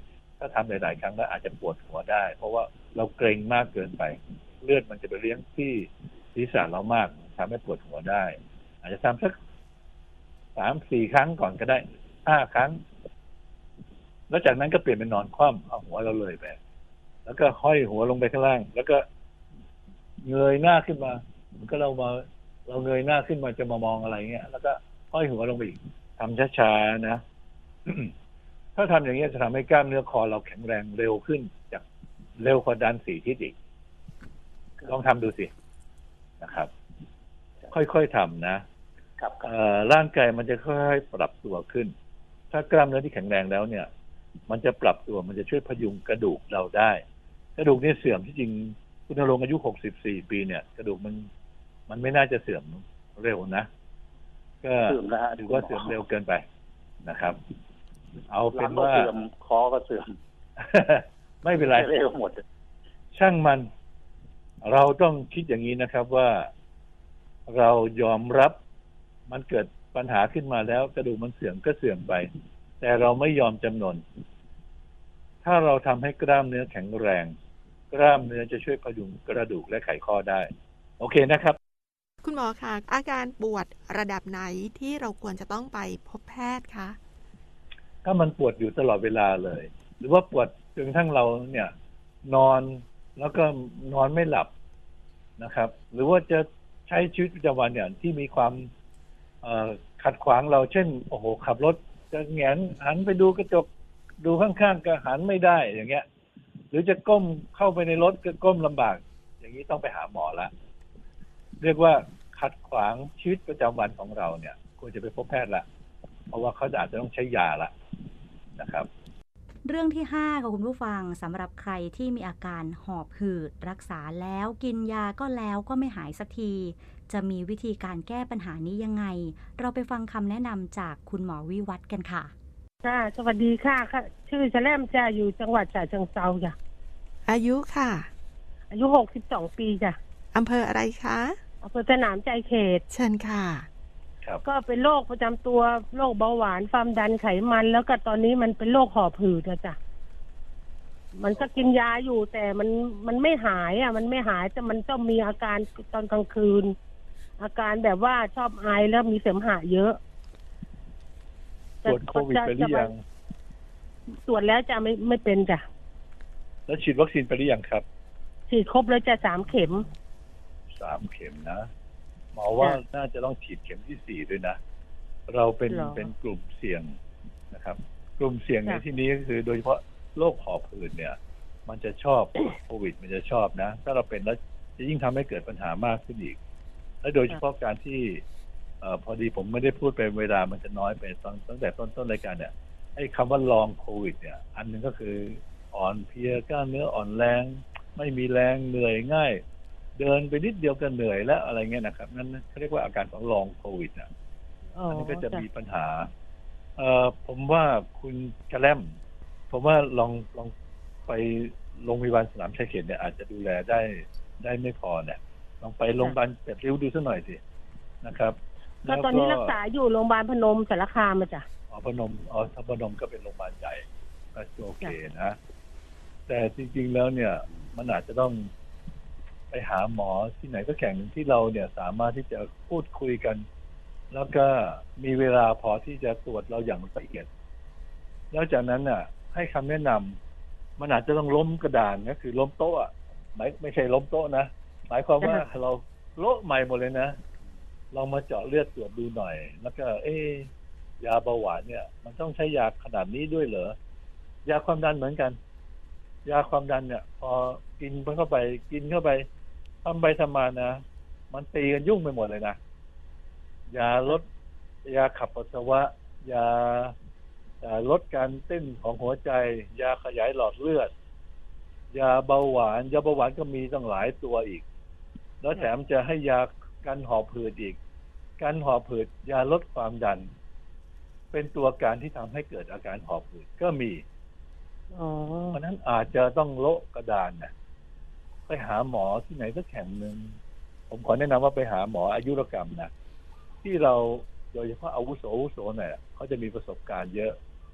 ถ้าทำหลายๆครั้งแล้วอาจจะปวดหัวได้เพราะว่าเราเกร็งมากเกินไปเลือดมันจะไปเลี้ยงที่ศีรษะเรามากทำให้ปวดหัวได้อาจจะทำสักสามสี่ครั้งก่อนก็ได้ห้าครั้งแล้วจากนั้นก็เปลี่ยนเป็นนอนคว่ำเอาหัวเราเลยไปแล้วก็ห้อยหัวลงไปข้างล่างแล้วก็เงยหน้าขึ้นมาเหมือนก็เรามาเราเงยหน้าขึ้นมาจะมามองอะไรเงี้ยแล้วก็ห้อยหัวลงไปอีกทำช้าๆนะ ถ้าทำอย่างนี้จะทำให้กล้ามเนื้อคอเราแข็งแรงเร็วขึ้นจากเร็วกว่าดันสี่ทิศอีกลองทำดูสินะครับค่อยๆทำนะครับร่างกายมันจะค่อยๆปรับตัวขึ้นถ้ากล้ามเนื้อที่แข็งแรงแล้วเนี่ยมันจะปรับตัวมันจะช่วยพยุงกระดูกเราได้กระดูกนี่เสื่อมที่จริงคุณนรงค์อายุหกสิบสี่ปีเนี่ยกระดูกมันมันไม่น่าจะเสื่อมเร็วนะก็ถือว่าเสื่อมเร็วเกินไปนะครับเอาเป็นว่าเสื่อมคอก็เสื่อมไม่เป็นไรเร็วหมดช่างมันเราต้องคิดอย่างนี้นะครับว่าเรายอมรับมันเกิดปัญหาขึ้นมาแล้วกระดูกมันเสื่อมก็เสื่อมไปแต่เราไม่ยอมจำนนถ้าเราทำให้กล้ามเนื้อแข็งแรงกล้ามเนื้อจะช่วยพยุงกระดูกและไขข้อได้โอเคนะครับคุณหมอคะอาการปวดระดับไหนที่เราควรจะต้องไปพบแพทย์คะถ้ามันปวดอยู่ตลอดเวลาเลยหรือว่าปวดจนกระทั่งเราเนี่ยนอนแล้วก็นอนไม่หลับนะครับหรือว่าจะใช้ชีวิตประจำวันเนี่ยที่มีความขัดขวางเราเช่นโอ้โหขับรถจะแงนหันไปดูกระจกดูข้างๆก็หันไม่ได้อย่างเงี้ยหรือจะก้มเข้าไปในรถก็ก้มลำบากอย่างนี้ต้องไปหาหมอละเรียกว่าขัดขวางชีวิตประจำวันของเราเนี่ยควรจะไปพบแพทย์ละเพราะว่าเขาอาจจะต้องใช้ยาละนะครับเรื่องที่ห้าค่ะคุณผู้ฟังสำหรับใครที่มีอาการหอบหืดรักษาแล้วกินยาก็แล้วก็ไม่หายสักทีจะมีวิธีการแก้ปัญหานี้ยังไงเราไปฟังคำแนะนำจากคุณหมอวิวัฒน์กันค่ะค่ะสวัสดีค่ะค่ะชื่อแชล่มจะอยู่จังหวัดฉะเชิงเทราจ้ะอายุค่ะอายุหกสิบสองปีจ้ะอำเภออะไรคะอำเภอสนามใจเขตเชิญค่ะก็เป็นโรคประจำตัวโรคเบาหวานความดันไขมันแล้วก็ตอนนี้มันเป็นโรคหอบหืดอะจ้ะมันก็กินยาอยู่แต่มันมันไม่หายอ่ะมันไม่หายแต่มันต้องมีอาการตอนกลางคืนอาการแบบว่าชอบไอแล้วมีเสมหะเยอะตรวจโควิดไปหรือยังตรวจแล้วจะไม่ไม่เป็นจ้ะแล้วฉีดวัคซีนไปหรือยังครับฉีดครบแล้วจะสามเข็มสามเข็มนะหมอว่าน่าจะต้องฉีดเข็มที่สี่ด้วยนะเราเป็นเป็นกลุ่มเสี่ยงนะครับกลุ่มเสี่ยงในที่นี้ก็คือโดยเฉพาะโรคหอบหืดเนี่ยมันจะชอบโควิดมันจะชอบนะถ้าเราเป็นแล้วจะยิ่งทำให้เกิดปัญหามากขึ้นอีกและโดยเฉพาะการที่เอ่อพอดีผมไม่ได้พูดไปเวลามันจะน้อยไปตอนตั้งแต่ต้นต้นรายการเนี่ยไอ้คำว่าลองโควิดเนี่ยอันนึงก็คืออ่อนเพลียกล้ามเนื้ออ่อนแรงไม่มีแรงเหนื่อยง่ายเดินไปนิดเดียวก็เหนื่อยแล้วอะไรเงี้ยนะครับนั่นเขาเรียกว่าอาการของลองโควิดอ่ะอันนี้ก็จะมีปัญหาเอ่อผมว่าคุณกระแลมผมว่าลองลองไปโรงพยาบาลสนามชัยเขตเนี่ยอาจจะดูแลได้ได้ไม่พอเนี่ยลองไปโรงพยาบาลเป็ดริ้วดูสักหน่อยสินะครับก็ตอนนี้รักษาอยู่โรงพยาบาลพนมสารคามมาจ้ะอ๋อพนมอ๋อพนมก็เป็นโรงพยาบาลใหญ่ก็โอเคนะแต่จริงๆแล้วเนี่ยมันอาจจะต้องไปหาหมอที่ไหนก็แข่งที่เราเนี่ยสามารถที่จะพูดคุยกันแล้วก็มีเวลาพอที่จะตรวจเราอย่างละเอียดแล้วจากนั้นน่ะให้คำแนะนำมันอาจจะต้องล้มกระดานก็คือล้มโต๊ะไม่ไม่ใช่ล้มโต๊ะนะหมายความว่าเราโละใหม่หมดเลยนะลองมาเจาะเลือดตรวจดูหน่อยแล้วก็เอ๊ะยาเบาหวานเนี่ยมันต้องใช้ยาขนาดนี้ด้วยเหรอยาความดันเหมือนกันยาความดันเนี่ยพอกินเข้าไปกินเข้าไปทำไปทำมานะมันตีกันยุ่งไปหมดเลยนะยาลดยาขับปัสสาวะยาลดการเต้นของหัวใจยาขยายหลอดเลือดยาเบาหวานยาเบาหวานก็มีตั้งหลายตัวอีกแล้วแถมจะให้ยากันหอบหืดอีกการหอบหืดยาลดความดันเป็นตัวการที่ทำให้เกิดอาการหอบหืดก็มีเพราะนั้นอาจจะต้องโละกระดานนะไปหาหมอที่ไหนสักแห่งหนึ่งผมขอแนะนำว่าไปหาหมออายุรกรรมนะที่เราโดยเฉพาะอาวุโสอาวุโสเนี่ยเขาจะมีประสบการณ์เยอะ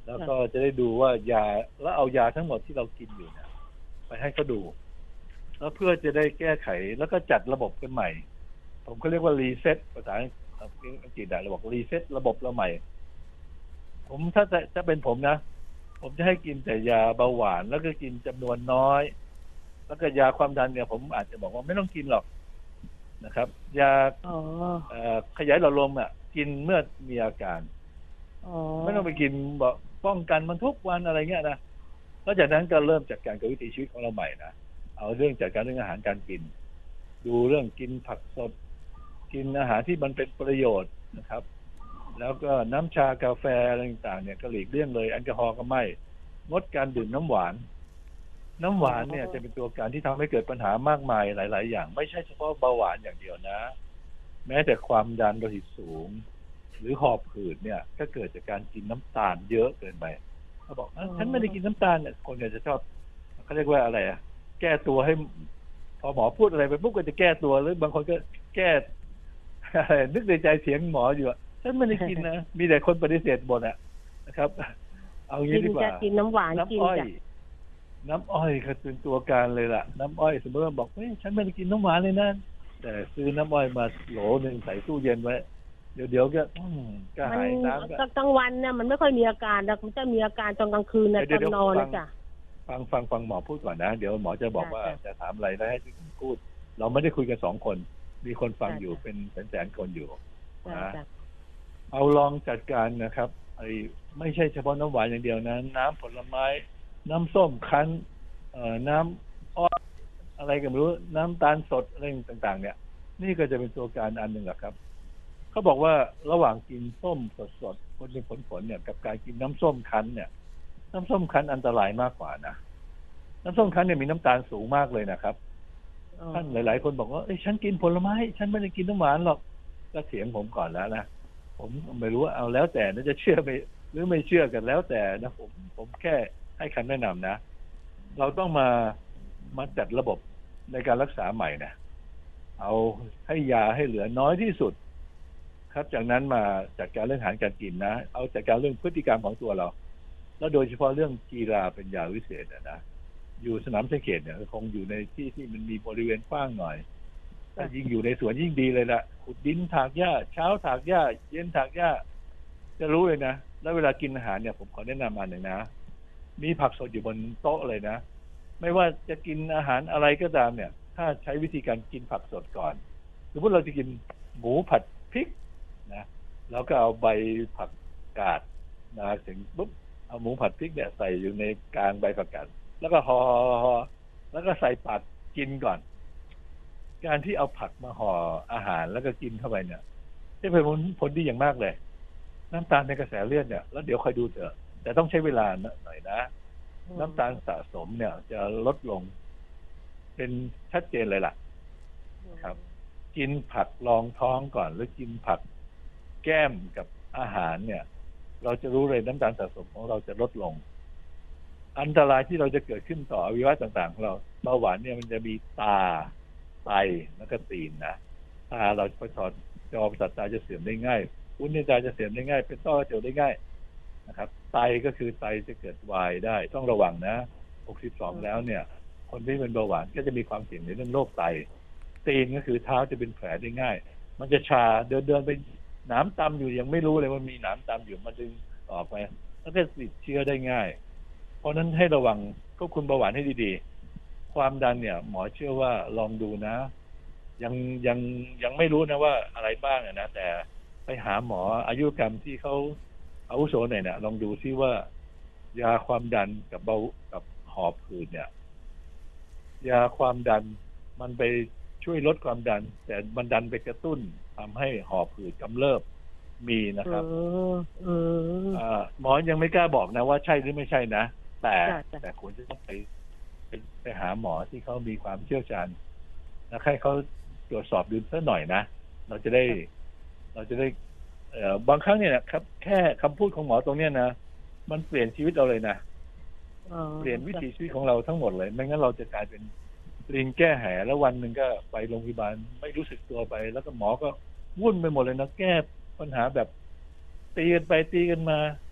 แล้วก็จะได้ดูว่ายาแล้วเอายาทั้งหมดที่เรากินอยู่เนี่ยไปให้เขาดูแล้วเพื่อจะได้แก้ไขแล้วก็จัดระบบกันใหม่ผมก็เรียกว่ารีเซ็ตภาษาอังกฤษได้เราบอกรีเซ็ตระบบเราใหม่ผมถ้าจะจะเป็นผมนะผมจะให้กินแต่ยาเบาหวานแล้วก็กินจำนวนน้อยแล้วก็ยาความดันเนี่ยผมอาจจะบอกว่าไม่ต้องกินหรอกนะครับยาขยายหลอดลมอ่ะกินเมื่อมีอาการไม่ต้องไปกินบอกป้องกันมันทุกวันอะไรเงี้ยนะแล้วจากนั้นก็เริ่มจัดการกับวิถีชีวิตของเราใหม่นะเอาเรื่องจัดการเรื่องอาหารการกินดูเรื่องกินผักสดกินอาหารที่มันเป็นประโยชน์นะครับแล้วก็น้ำชากาแฟอะไรต่างๆเนี่ยก็หลีกเลี่ยงเลยแอลกอฮอล์ก็ไม่งดการดื่มน้ำหวานน้ำหวานเนี่ยจะเป็นตัวการที่ทำให้เกิดปัญหามากมายหลายๆอย่างไม่ใช่เฉพาะเบาหวานอย่างเดียวนะแม้แต่ความดันโลหิตสูงหรือหอบหืดเนี่ยก็เกิดจากการกินน้ำตาลเยอะเกินไปเขาบอกฉันไม่ได้กินน้ำตาลเนี่ยคนเนี่ยจะชอบเขาเรียกว่าอะไรอะแก้ตัวให้พอหมอพูดอะไรไปปุ๊บก็จะแก้ตัวหรือบางคนก็แก้นึกในใจเสียงหมออยู่ฉันไม่ได้กินนะมีแต่คนปฏิเสธหมดอะนะครับเอางี้ดีกว่ากินน้ำหวานน้ำอ้อยน้ำอ้อยคือเป็นตัวการเลยล่ะน้ำอ้อยสมมติว่าบอกเฮ้ยฉันไม่ได้กินน้ำหวานเลยนะแต่ซื้อน้ำอ้อยมาโหลหนึ่งใส่ตู้เย็นไว้เดี๋ยวเดี๋ยวก็ก็หายน้ำก็กลางวันเนี่ยมันไม่ค่อยมีอาการแต่มันจะมีอาการตอนกลางคืนนะตอนนอนนะจ๊ะฟังฟังฟังหมอพูดก่อนนะเดี๋ยวหมอจะบอกว่าจะถามอะไรแล้วให้พูดเราไม่ได้คุยกันสองคนมีคนฟังอยู่เป็นแสนๆคนอยู่นะเอาลองจัดการนะครับไอ้ไม่ใช่เฉพาะน้ำหวานอย่างเดียวนะน้ำผลไม้น้ำส้มคั้นเอ่อน้ำอ้อยอะไรก็ไม่รู้น้ำตาลสดอะไรต่างๆเนี่ยนี่ก็จะเป็นตัวการอันหนึ่งครับเขาบอกว่าระหว่างกินส้มสดๆคนเป็นผลๆเนี่ยกับการกินน้ำส้มคั้นเนี่ยน้ำส้มคั้นอันตรายมากกว่านะน้ำส้มคั้นเนี่ยมีน้ำตาลสูงมากเลยนะครับท่านหลายๆคนบอกว่าเอ้ยฉันกินผลไม้ฉันไม่ได้กินน้ำหวานหรอกก็เถียงผมก่อนแล้วนะผมไม่รู้ว่าเอาแล้วแต่นะจะเชื่อไปหรือไม่เชื่อกันแล้วแต่นะผมผมแค่ให้คำแนะนำนะเราต้องมามาจัดระบบในการรักษาใหม่นะเอาให้ยาให้เหลือน้อยที่สุดครับจากนั้นมาจัดการเรื่องอาหารการกินนะเอาจัดการเรื่องพฤติกรรมของตัวเราแล้วโดยเฉพาะเรื่องกีฬาเป็นยาวิเศษนะอยู่สนามชัยเขตเนี่ยคงอยู่ในที่ที่มันมีบริเวณกว้างหน่อยถ้ายิ่งอยู่ในสวนยิ่งดีเลยละขุดดินถากหญ้าเช้าถากหญ้าเย็นถากหญ้าจะรู้เลยนะแล้วเวลากินอาหารเนี่ยผมขอแนะนำอันหนึ่งนะมีผักสดอยู่บนโต๊ะเลยนะไม่ว่าจะกินอาหารอะไรก็ตามเนี่ยถ้าใช้วิธีการกินผักสดก่อนสมมติเราจะกินหมูผัดพริกนะแล้วก็เอาใบผักกาดนะถึงปุ๊บเอาหมูผัดพริกเนี่ยใส่อยู่ในกลางใบผักกาดแล้วก็ห่อแล้วก็ใส่ปากกินก่อนการที่เอาผักมาห่ออาหารแล้วก็กินเข้าไปเนี่ยจะเป็นผลผลดีอย่างมากเลยน้ำตาลในกระแสเลือดเนี่ยแล้วเดี๋ยวคอยดูเถอะแต่ต้องใช้เวลาหน่อยนะน้ำตาลสะสมเนี่ยจะลดลงเป็นชัดเจนเลยล่ะครับ กินผักรองท้องก่อนหรือกินผักแก้มกับอาหารเนี่ยเราจะรู้เลยน้ำตาลสะสมของเราจะลดลงอันตรายที่เราจะเกิดขึ้นต่ออวัยวะต่างๆของเราเบาหวานเนี่ยมันจะมีตาไตแล้วก็ตีนนะตาเราไปถอดจอประสาทตาจะเสื่อมได้ง่ายอุ้นในตาจะเสื่อมได้ง่ายเป็นต้อกระจกได้ง่ายนะครับไตก็คือไตจะเกิดวายได้ต้องระวังนะหกสิบสองแล้วเนี่ยคนที่เป็นเบาหวานก็จะมีความเสี่ยงในเรื่องโรคไตตีนก็คือเท้าจะเป็นแผลได้ง่ายมันจะชาเดินเดินไปหนามตำอยู่ยังไม่รู้เลยว่ามีหนามตำอยู่มันดึงออกไปแล้วก็ติดเชื้อได้ง่ายเพราะนั้นให้ระวังควบคุมเบาหวานให้ดีๆความดันเนี่ยหมอเชื่อว่าลองดูนะยังยังยังไม่รู้นะว่าอะไรบ้างนะแต่ไปหาหมออายุรกรรมที่เขาอาวุโสหน่อยนะลองดูซิว่ายาความดันกับเบากับหอบหืดเนี่ยยาความดันมันไปช่วยลดความดันแต่มันดันไปกระตุ้นทำให้หอบหืดกำเริบมีนะครับหมอยังไม่กล้าบอกนะว่าใช่หรือไม่ใช่นะแต่แต่ควรจะต้องไปไปไปหาหมอที่เขามีความเชี่ยวชาญแล้วให้เขาตรวจสอบดูสักหน่อยนะเราจะได้เราจะได้เอ่อบางครั้งเนี่ยนะครับแค่คำพูดของหมอตรงเนี้ยนะมันเปลี่ยนชีวิตเราเลยนะเปลี่ยนวิถีชีวิตของเราทั้งหมดเลยไม่งั้นเราจะกลายเป็นลิงแก้แหแล้ววันหนึ่งก็ไปโรงพยาบาลไม่รู้สึกตัวไปแล้วก็หมอก็วุ่นไปหมดเลยนะแก้ปัญหาแบบตีกันไปตีกันมาไป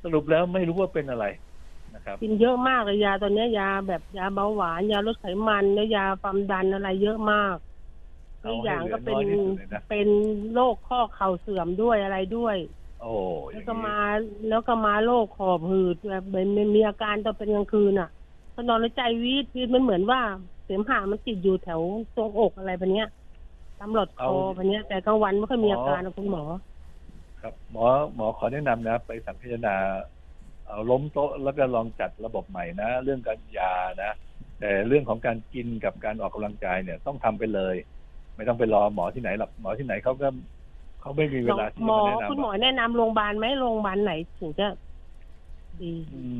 รุปแล้วไม่รู้ว่าเป็นอะไรนะครับกินเยอะมากเลยยาตอนนี้ยาแบบยาเบาหวานยาลดไขมันยาความดันอะไรเยอะมากอีกอย่างก็เป็นเป็นโรคข้อเข่าเสื่อมด้วยอะไรด้วยโอ้แล้วก็มาแล้วก็มาโรคหอบหืดแบบเป็นมีอาการตอนเป็นกลางคืนอ่ะพอนอนแล้วใจวีดวีดมันเหมือนว่าเสมหะมันติดอยู่แถวตรงอกอะไรแบบเนี้ยตำหลอดคอแบบเนี้ยแต่กลางวันไม่ค่อยมีอาการนะคุณหมอครับหมอหมอขอแนะนำนะไปสังคายนาเอาล้มโต๊ะแล้วก็ลองจัดระบบใหม่นะเรื่องการยานะแต่เรื่องของการกินกับการออกกำลังกายเนี่ยต้องทำไปเลยไม่ต้องไปรอหมอที่ไหนหรอกหมอที่ไหนเขาก็เขาไม่มีเวลาที่จะมาแนะนำคุณหมอแนะนำโรงพยาบาลไหมโรงพยาบาลไหนถึงจะดี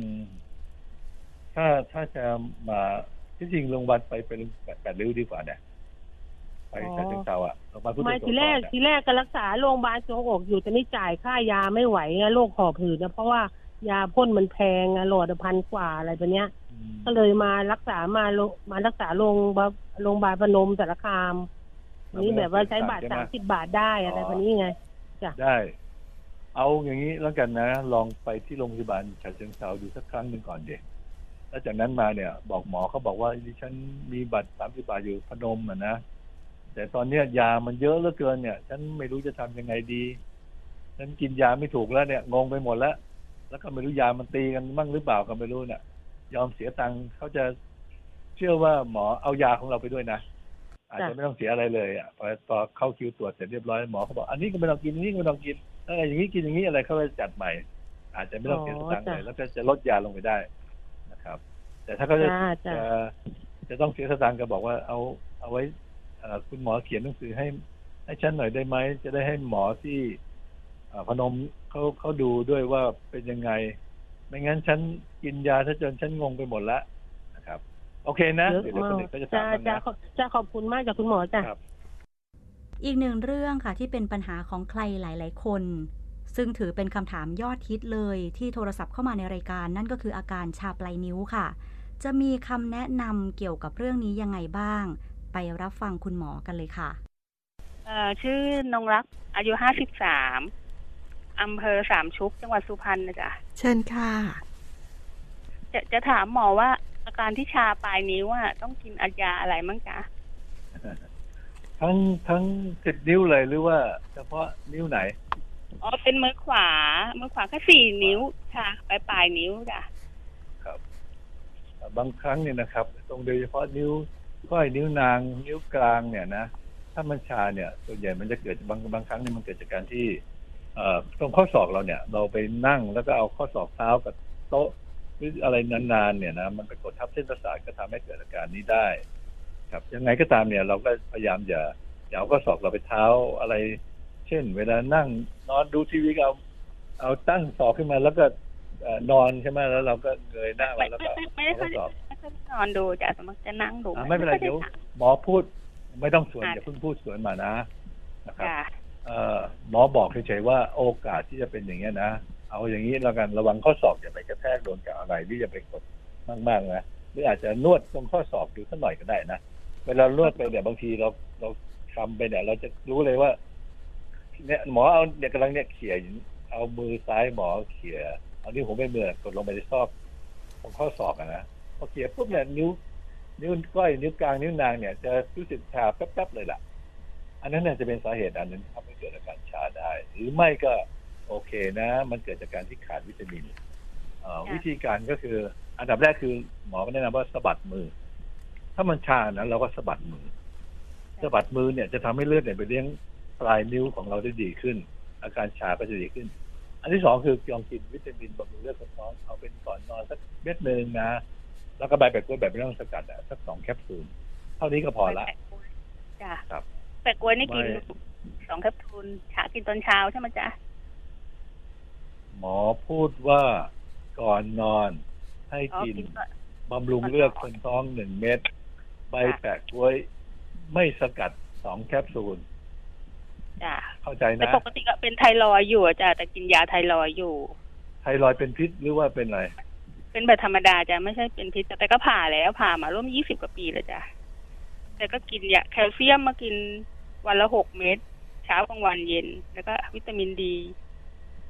ถ้าถ้าจะมาที่จริงโรงพยาบาลไปเป็นแปดริ้วดีกว่าเนี่ยไปฉะเชิงเทราอ่ะโรงพยาบาลพุทธโสธรไม่ทีแรกทีแรกก็รักษาโรงพยาบาลทรวงอกอยู่แต่นี่จ่ายค่ายาไม่ไหวโรคหอบหืดนะเพราะว่ายาพ่นมันแพงหลอดพันกว่าอะไรแบบเนี้ยก็เลยมารักษามามารักษาโรงโรงพยาบาลพนมสารคามนี่แบบว่าใช้บาทสามสิบบาทได้อะไรแบบนี้ไงจ้ะได้เอาอย่างนี้แล้วกันนะลองไปที่โรงพยาบาลฉะเชิงเทราดูสักครั้งหนึ่งก่อนเด็กแล้วจากนั้นมาเนี่ยบอกหมอเขาบอกว่าดิฉันมีบัตรสามสิบบาทอยู่พนมอ่ะนะแต่ตอนเนี้ยยามันเยอะเหลือเกินเนี่ยฉันไม่รู้จะทำยังไงดีฉันกินยาไม่ถูกแล้วเนี่ยงงไปหมดแล้วแล้วก็ไม่รู้ยามันตีกันมั่งหรือเปล่าก็ไม่รู้เนี่ยยอมเสียตังค์เขาจะเชื่อว่าหมอเอายาของเราไปด้วยนะอาจจะไม่ต้องเสียอะไรเลยอ่ะพอพอเข้าคิวตรวจเสร็จเรียบร้อยหมอเขาบอกอันนี้ก็ไม่ต้องกินอันนี้ก็ไม่ต้องกินอะไรอย่างนี้กินอย่างนี้อะไรเขาจะจัดใหม่อาจจะไม่ต้องเสียตังค์เลยแล้วก็จะลดยาลงไปได้นะครับแต่ถ้าเขาจะจะจะต้องเสียสตางค์ก็บอกว่าเอาเอาไว้คุณหมอเขียนหนังสือให้ให้ฉันหน่อยได้ไหมจะได้ให้หมอที่พนมเขาเขาดูด้วยว่าเป็นยังไงไม่งั้นฉันกินยาถ้าจนฉันงงไปหมดแล้วนะครับโอเคนะเดี๋ยวคนอื่นก็จะถามนะจะจะขอบคุณมากจากคุณหมอจ้ะอีกหนึ่งเรื่องค่ะที่เป็นปัญหาของใครหลายๆคนซึ่งถือเป็นคำถามยอดฮิตเลยที่โทรศัพท์เข้ามาในรายการนั่นก็คืออาการชาปลายนิ้วค่ะจะมีคำแนะนำเกี่ยวกับเรื่องนี้ยังไงบ้างไปรับฟังคุณหมอกันเลยค่ะเอ่อชื่อนงรักอายุห้าสิบสามอำเภอสามชุกจังหวัดสุพรรณนะจ๊ะเชิญค่ะจะจะถามหมอว่าอาการที่ชาปลายนิ้วอ่ะต้องกินยาอะไรมั้งจ๊ะทั้งทั้งสิบนิ้วเลยหรือว่าเฉพาะนิ้วไหนอ๋อเป็นมือขวามือขวาแค่สี่นิ้วค่ะปลายปลายนิ้วจ้ะครับบางครั้งเนี่ยนะครับตรงโดยเฉพาะนิ้วก้อยนิ้วนางนิ้วกลางเนี่ยนะถ้ามันชาเนี่ยส่วนใหญ่มันจะเกิดบางบางครั้งเนี่ยมันเกิดจากการที่เอ่อตรงข้อศอกเราเนี่ยเราไปนั่งแล้วก็เอาข้อศอกเท้ากับโต๊ะหรืออะไรนานๆเนี่ยนะมันไปกดทับเส้นประสาทก็ทำให้เกิดอาการนี้ได้ครับยังไงก็ตามเนี่ยเราก็พยายามอย่าอย่าเอาข้อศอกเราไปเท้าอะไรเช่นเวลานั่งนอนดูทีวีก็เอาเอาตั้งศอกขึ้นมาแล้วก็นอนใช่ไหมแล้วเราก็เงยหน้ามาแล้วก็เอาข้อศอกไม่ค่อยนอนดูจ้ะสมมติจะนั่งดูไม่เป็นไรเดี๋ยวหมอพูดไม่ต้องสวนอย่าเพิ่งพูดสวนมานะนะครับหมอบอกเฉยๆว่าโอกาสที่จะเป็นอย่างเงี้ยนะเอาอย่างนี้แล้วกันระวังข้อศอกอย่าไปกระแทกโดนกับอะไรที่จะไปกดมากๆนะหรืออาจจะนวดตรงข้อศอกดูสักหน่อยก็ได้นะเวลานวดไปเนี่ยบางทีเราเราทำไปเนี่ยเราจะรู้เลยว่าเนี่ยหมอเอาเนี่ยกำลังเนี่ยเขี่ยเอามือซ้ายหมอเขี่ยเอานิ้วหัวแม่มือกดลงไปในซอกตรงข้อศอกนะพอเขี่ยปุ๊บเนี่ยนิ้วนิ้วก้อยนิ้วกลางนิ้วนางเนี่ยจะรู้สึกชาแป๊บๆเลยล่ะอันนั้นเนี่ยจะเป็นสาเหตุอันนึงที่ทำให้เกิดอาการชาได้หรือไม่ก็โอเคนะมันเกิดจากการที่ขาดวิตามินวิธีการก็คืออันดับแรกคือหมอก็แนะนำว่าสะบัดมือถ้ามันชานะเราก็สะบัดมือสะบัดมือเนี่ยจะทำให้เลือดเนี่ยไปเลี้ยงปลายนิ้วของเราได้ดีขึ้นอาการชาก็จะดีขึ้นอันที่สองคือลองกินวิตามินบำรุงเลือดกับท้องเอาเป็นก่อนนอนสักเม็ดนึงนะแล้วก็ใบแปะกล้วยแบบไม่ต้องสกัดอ่ะสักสองแคปซูลเท่านี้ก็พอละจ้ะครับแปะกล้วยนี่กินสองแคปซูลเช้ากินตอนเช้าใช่ไหมจ๊ะหมอพูดว่าก่อนนอนให้กินบำรุงเลือดคนท้องหนึ่งเม็ดใบแปะกล้วยไม่สกัดสองแคปซูลจ้ะเข้าใจนะแต่ปกติก็เป็นไทรอยด์อยู่จ้ะแต่กินยาไทรอยด์อยู่ไทรอยด์เป็นพิษหรือว่าเป็นอะไรเป็นแบบธรรมดาจ้ะไม่ใช่เป็นพิษแต่ก็ผ่าแล้วผ่ามาร่วมยี่สิบกว่าปีแล้วจ้ะแต่ก็กินยาแคลเซียมมากินวันละหกเม็ดเช้ากลางวันเย็นแล้วก็วิตามินดี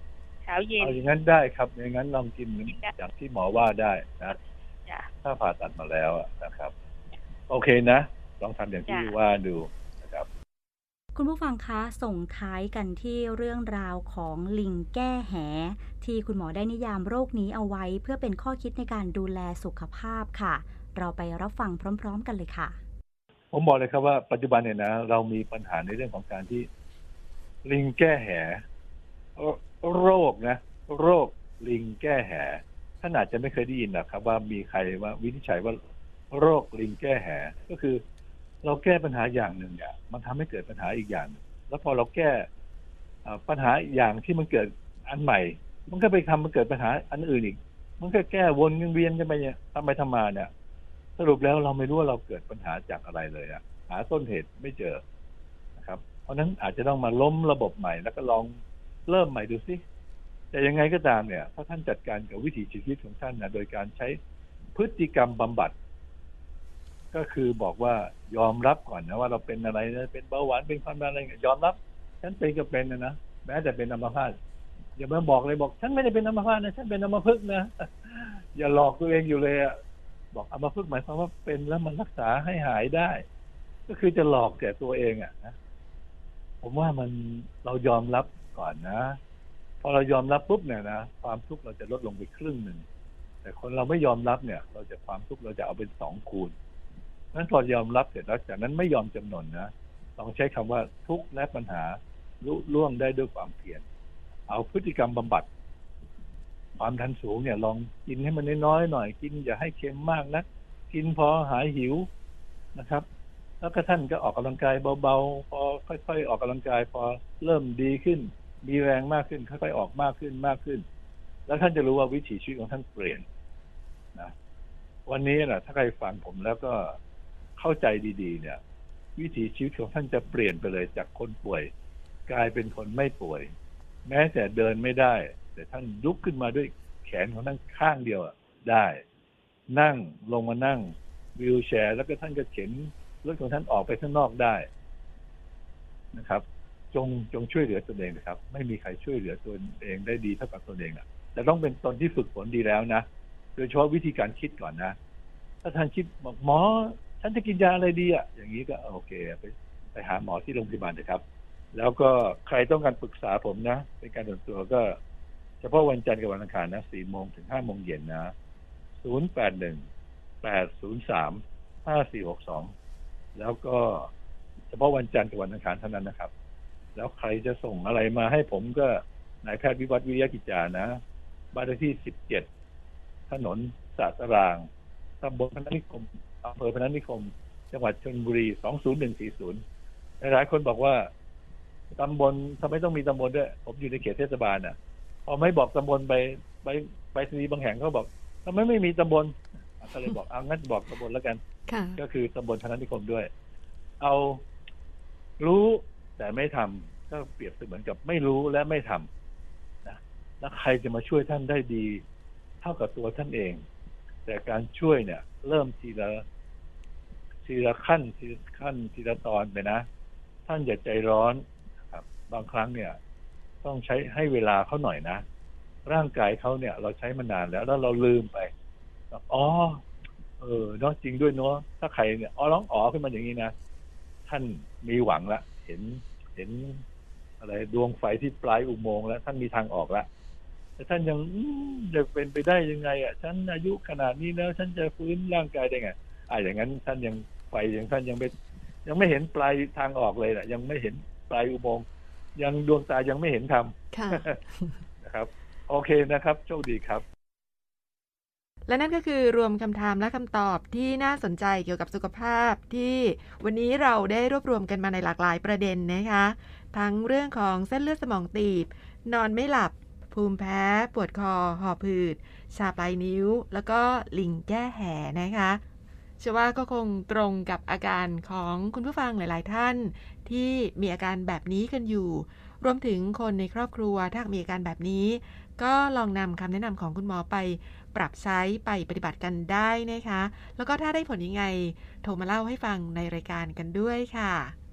ช้าเย็นเอาอย่างนั้นได้ครับอย่างนั้นลองกินอย่างที่หมอว่าได้นะถ้าผ่าตัดมาแล้วนะครับโอเคนะลองทำอย่างที่ว่าดูนะครับคุณผู้ฟังคะส่งท้ายกันที่เรื่องราวของลิงแก้แหที่คุณหมอได้นิยามโรคนี้เอาไว้เพื่อเป็นข้อคิดในการดูแลสุขภาพค่ะเราไปรับฟังพร้อมๆกันเลยค่ะผมบอกเลยครับว่าปัจจุบันเนี่ยนะเรามีปัญหาในเรื่องของการที่ลิงแก้แหโรคนะโรคลิงแก้แหท่านอาจจะไม่เคยได้ยินนะครับว่ามีใครว่าวินิจฉัยว่าโรคลิงแก้แหก็คือเราแก้ปัญหาอย่างหนึ่งเนี่ยมันทำให้เกิดปัญหาอีกอย่างแล้วพอเราแก้ปัญหาอย่างที่มันเกิดอันใหม่มันก็ไปทำมันเกิดปัญหาอันอื่นอีกมันก็แก้วนเวียนกันไปเนี่ยทำไปทำมาเนี่ยสรุปแล้วเราไม่รู้ว่าเราเกิดปัญหาจากอะไรเลยอะหาต้นเหตุไม่เจอนะครับเพราะนั้นอาจจะต้องมาล้มระบบใหม่แล้วก็ลองเริ่มใหม่ดูซิแต่ยังไงก็ตามเนี่ยถ้าท่านจัดการกับวิถีชีวิตของท่านนะโดยการใช้พฤติกรรมบำบัดก็คือบอกว่ายอมรับก่อนนะว่าเราเป็นอะไรนะเป็นเบาหวานเป็นความดันอะไรยอมรับฉันเป็นก็เป็นนะนะแม้แต่เป็นอัมพาตอย่ามาบอกเลยบอกฉันไม่ได้เป็นอัมพาตนะฉันเป็นอัมพฤกษ์นะอย่าหลอกตัวเองอยู่เลยอะบอกอัมพฤกษ์หมายความว่าเป็นแล้วมันรักษาให้หายได้ก็คือจะหลอกแก่ตัวเองอะนะผมว่ามันเรายอมรับก่อนนะพอเรายอมรับปุ๊บเนี่ยนะความทุกข์เราจะลดลงไปครึ่งหนึ่งแต่คนเราไม่ยอมรับเนี่ยเราจะความทุกข์เราจะเอาเป็นสองคูณนั้นพอยอมรับเสร็จแล้วจากนั้นไม่ยอมจำนนนะลองใช้คำว่าทุกข์และปัญหาลุล่วงได้ด้วยความเพียรเอาพฤติกรรมบำบัดความดันสูงเนี่ยลองกินให้มันน้อยๆหน่อยกินอย่าให้เค็มมากนักกินพอหายหิวนะครับแล้วก็ท่านก็ออกกำลังกายเบาๆพอค่อยๆออกกำลังกายพอเริ่มดีขึ้นมีแรงมากขึ้นค่อยๆออกมากขึ้นมากขึ้นแล้วท่านจะรู้ว่าวิถีชีวิตของท่านเปลี่ยนนะวันนี้นะถ้าใครฟังผมแล้วก็เข้าใจดีๆเนี่ยวิถีชีวิตของท่านจะเปลี่ยนไปเลยจากคนป่วยกลายเป็นคนไม่ป่วยแม้แต่เดินไม่ได้แต่ท่านลุกขึ้นมาด้วยแขนของท่านข้างเดียวได้นั่งลงมานั่งวีลแชร์แล้วก็ท่านก็เข็นรถของท่านออกไปข้างนอกได้นะครับจงจงช่วยเหลือตนเองนะครับไม่มีใครช่วยเหลือตนเองได้ดีเท่ากับตนเองอ่ะแต่ต้องเป็นตนที่ฝึกฝนดีแล้วนะโดยเฉพาะวิธีการคิดก่อนนะถ้าท่านคิดบอกหมอฉันจะกินยาอะไรดีอ่ะอย่างนี้ก็โอเคไปไปหาหมอที่โรงพยาบาลนะครับแล้วก็ใครต้องการปรึกษาผมนะเป็นการส่วนตัวก็เฉพาะวันจันทร์กับวันอังคารนะสี่โมงถึงห้าโมงเย็นนะศูนย์แปดหนึ่งแปดศูนย์สามห้าสี่หกสองแล้วก็เฉพาะวันจันทร์กับวันอังคารเท่านั้นนะครับแล้วใครจะส่งอะไรมาให้ผมก็นายแพทย์วิวัฒน์วิริยกิจจานะบ้านเลขที่สิบเจ็ดถนนสาตรางตำบลพนัสนิคมอำเภอพนัสนิคมจังหวัดชลบุรีสองศูนย์หนึ่งสี่ศูนย์หลายคนบอกว่าตำบลทำไมต้องมีตำบลด้วยผมอยู่ในเขตเทศบาลน่ะพอไม่บอกตำบลไปไปไปสนีบางแห่งเขาบอกทำไมไม่มีตำบลก็เลยบอกเอางั้นบอกตำบลแล้วกันก็คือตำบลพนัสนิคมด้วยเอารู้แต่ไม่ทำก็เปรียบเสมือนกับไม่รู้และไม่ทำนะแล้วใครจะมาช่วยท่านได้ดีเท่ากับตัวท่านเองแต่การช่วยเนี่ยเริ่มทีละทีละขั้นทีละขั้นทีละตอนไปนะท่านอย่าใจร้อนครับบางครั้งเนี่ยต้องใช้ให้เวลาเขาหน่อยนะร่างกายเขาเนี่ยเราใช้มานานแล้วแล้วเราลืมไปอ๋อเออเนาะจริงด้วยเนาะถ้าใครเนี่ยอ๋อร้องอ๋อขึ้นมาอย่างนี้นะท่านมีหวังละเห็นเห็นอะไรดวงไฟที่ปลายอุโมงค์แล้วท่านมีทางออกละแต่ท่านยังจะเป็นไปได้ยังไงอ่ะฉันอายุขนาดนี้แล้วฉันจะฟื้นร่างกายได้ไงอ่ะอย่างนั้นท่านยังไฟยังท่านยังไม่ยังไม่เห็นปลายทางออกเลยแหละยังไม่เห็นปลายอุโมงค์ยังดวงตายังไม่เห็นธรรมนะครับโอเคนะครับโชคดีครับและนั่นก็คือรวมคำถามและคำตอบที่น่าสนใจเกี่ยวกับสุขภาพที่วันนี้เราได้รวบรวมกันมาในหลากหลายประเด็นนะคะทั้งเรื่องของเส้นเลือดสมองตีบนอนไม่หลับภูมิแพ้ปวดคอหอบหืดชาปลายนิ้วแล้วก็ลิงแก้แหนะคะเชื่อว่าก็คงตรงกับอาการของคุณผู้ฟังหลายๆท่านที่มีอาการแบบนี้กันอยู่รวมถึงคนในครอบครัวถ้ามีอาการแบบนี้ก็ลองนำคำแนะนำของคุณหมอไปปรับใช้ไปปฏิบัติกันได้นะคะแล้วก็ถ้าได้ผลยังไงโทรมาเล่าให้ฟังในรายการกันด้วยค่ะ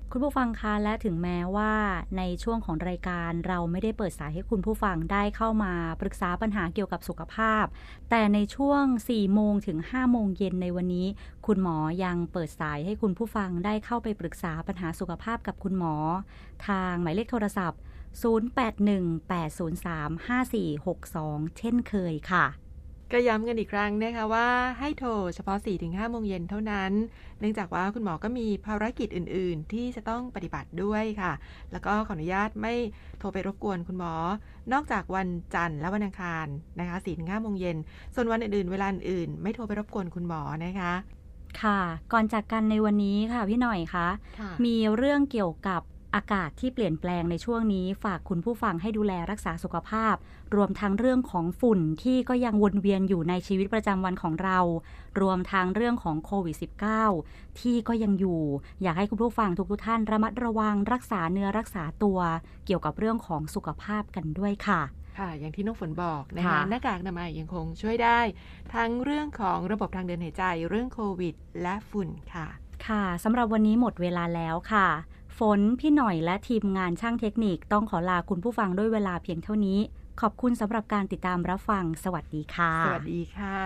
คุณผู้ฟังคะและถึงแม้ว่าในช่วงของรายการเราไม่ได้เปิดสายให้คุณผู้ฟังได้เข้ามาปรึกษาปัญหาเกี่ยวกับสุขภาพแต่ในช่วงสี่โมงถึงห้าโมงเย็นในวันนี้คุณหมอยังเปิดสายให้คุณผู้ฟังได้เข้าไปปรึกษาปัญหาสุขภาพกับคุณหมอทางหมายเลขโทรศัพท์ศูนย์ แปด หนึ่ง แปด ศูนย์ สาม ห้า สี่ หก สองเช่นเคยค่ะก็ย้ำกันอีกครั้งนะคะว่าให้โทรเฉพาะ สี่ถึงห้า โมงเย็นเท่านั้นเนื่องจากว่าคุณหมอก็มีภารกิจอื่นๆที่จะต้องปฏิบัติด้วยค่ะแล้วก็ขออนุญาตไม่โทรไปรบกวนคุณหมอนอกจากวันจันทร์และวันอังคารนะคะ สี่ถึงห้า โมงเย็นส่วนวันอื่นๆเวลาอื่นไม่โทรไปรบกวนคุณหมอนะคะค่ะก่อนจากกันในวันนี้ค่ะพี่หน่อยคะมีเรื่องเกี่ยวกับอากาศที่เปลี่ยนแปลงในช่วงนี้ฝากคุณผู้ฟังให้ดูแลรักษาสุขภาพรวมทั้งเรื่องของฝุ่นที่ก็ยังวนเวียนอยู่ในชีวิตประจำวันของเรารวมทั้งเรื่องของโควิด สิบเก้า ที่ก็ยังอยู่อยากให้คุณผู้ฟังทุกๆท่านระมัดระวังรักษาเนื้อรักษาตัวเกี่ยวกับเรื่องของสุขภาพกันด้วยค่ะค่ะอย่างที่น้องฝนบอกนะคะหน้ากากอนามัยยังคงช่วยได้ทั้งเรื่องของระบบทางเดินหายใจเรื่องโควิดและฝุ่นค่ะค่ะสำหรับวันนี้หมดเวลาแล้วค่ะฝนพี่หน่อยและทีมงานช่างเทคนิคต้องขอลาคุณผู้ฟังด้วยเวลาเพียงเท่านี้ขอบคุณสำหรับการติดตามรับฟังสวัสดีค่ะสวัสดีค่ะ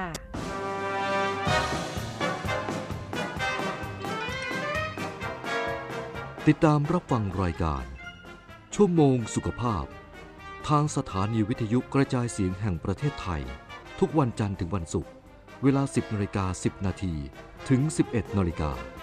ติดตามรับฟังรายการชั่วโมงสุขภาพทางสถานีวิทยุกระจายเสียงแห่งประเทศไทยทุกวันจันทร์ถึงวันศุกร์เวลา สิบนาฬิกาสิบนาทีถึง สิบเอ็ดนาฬิกา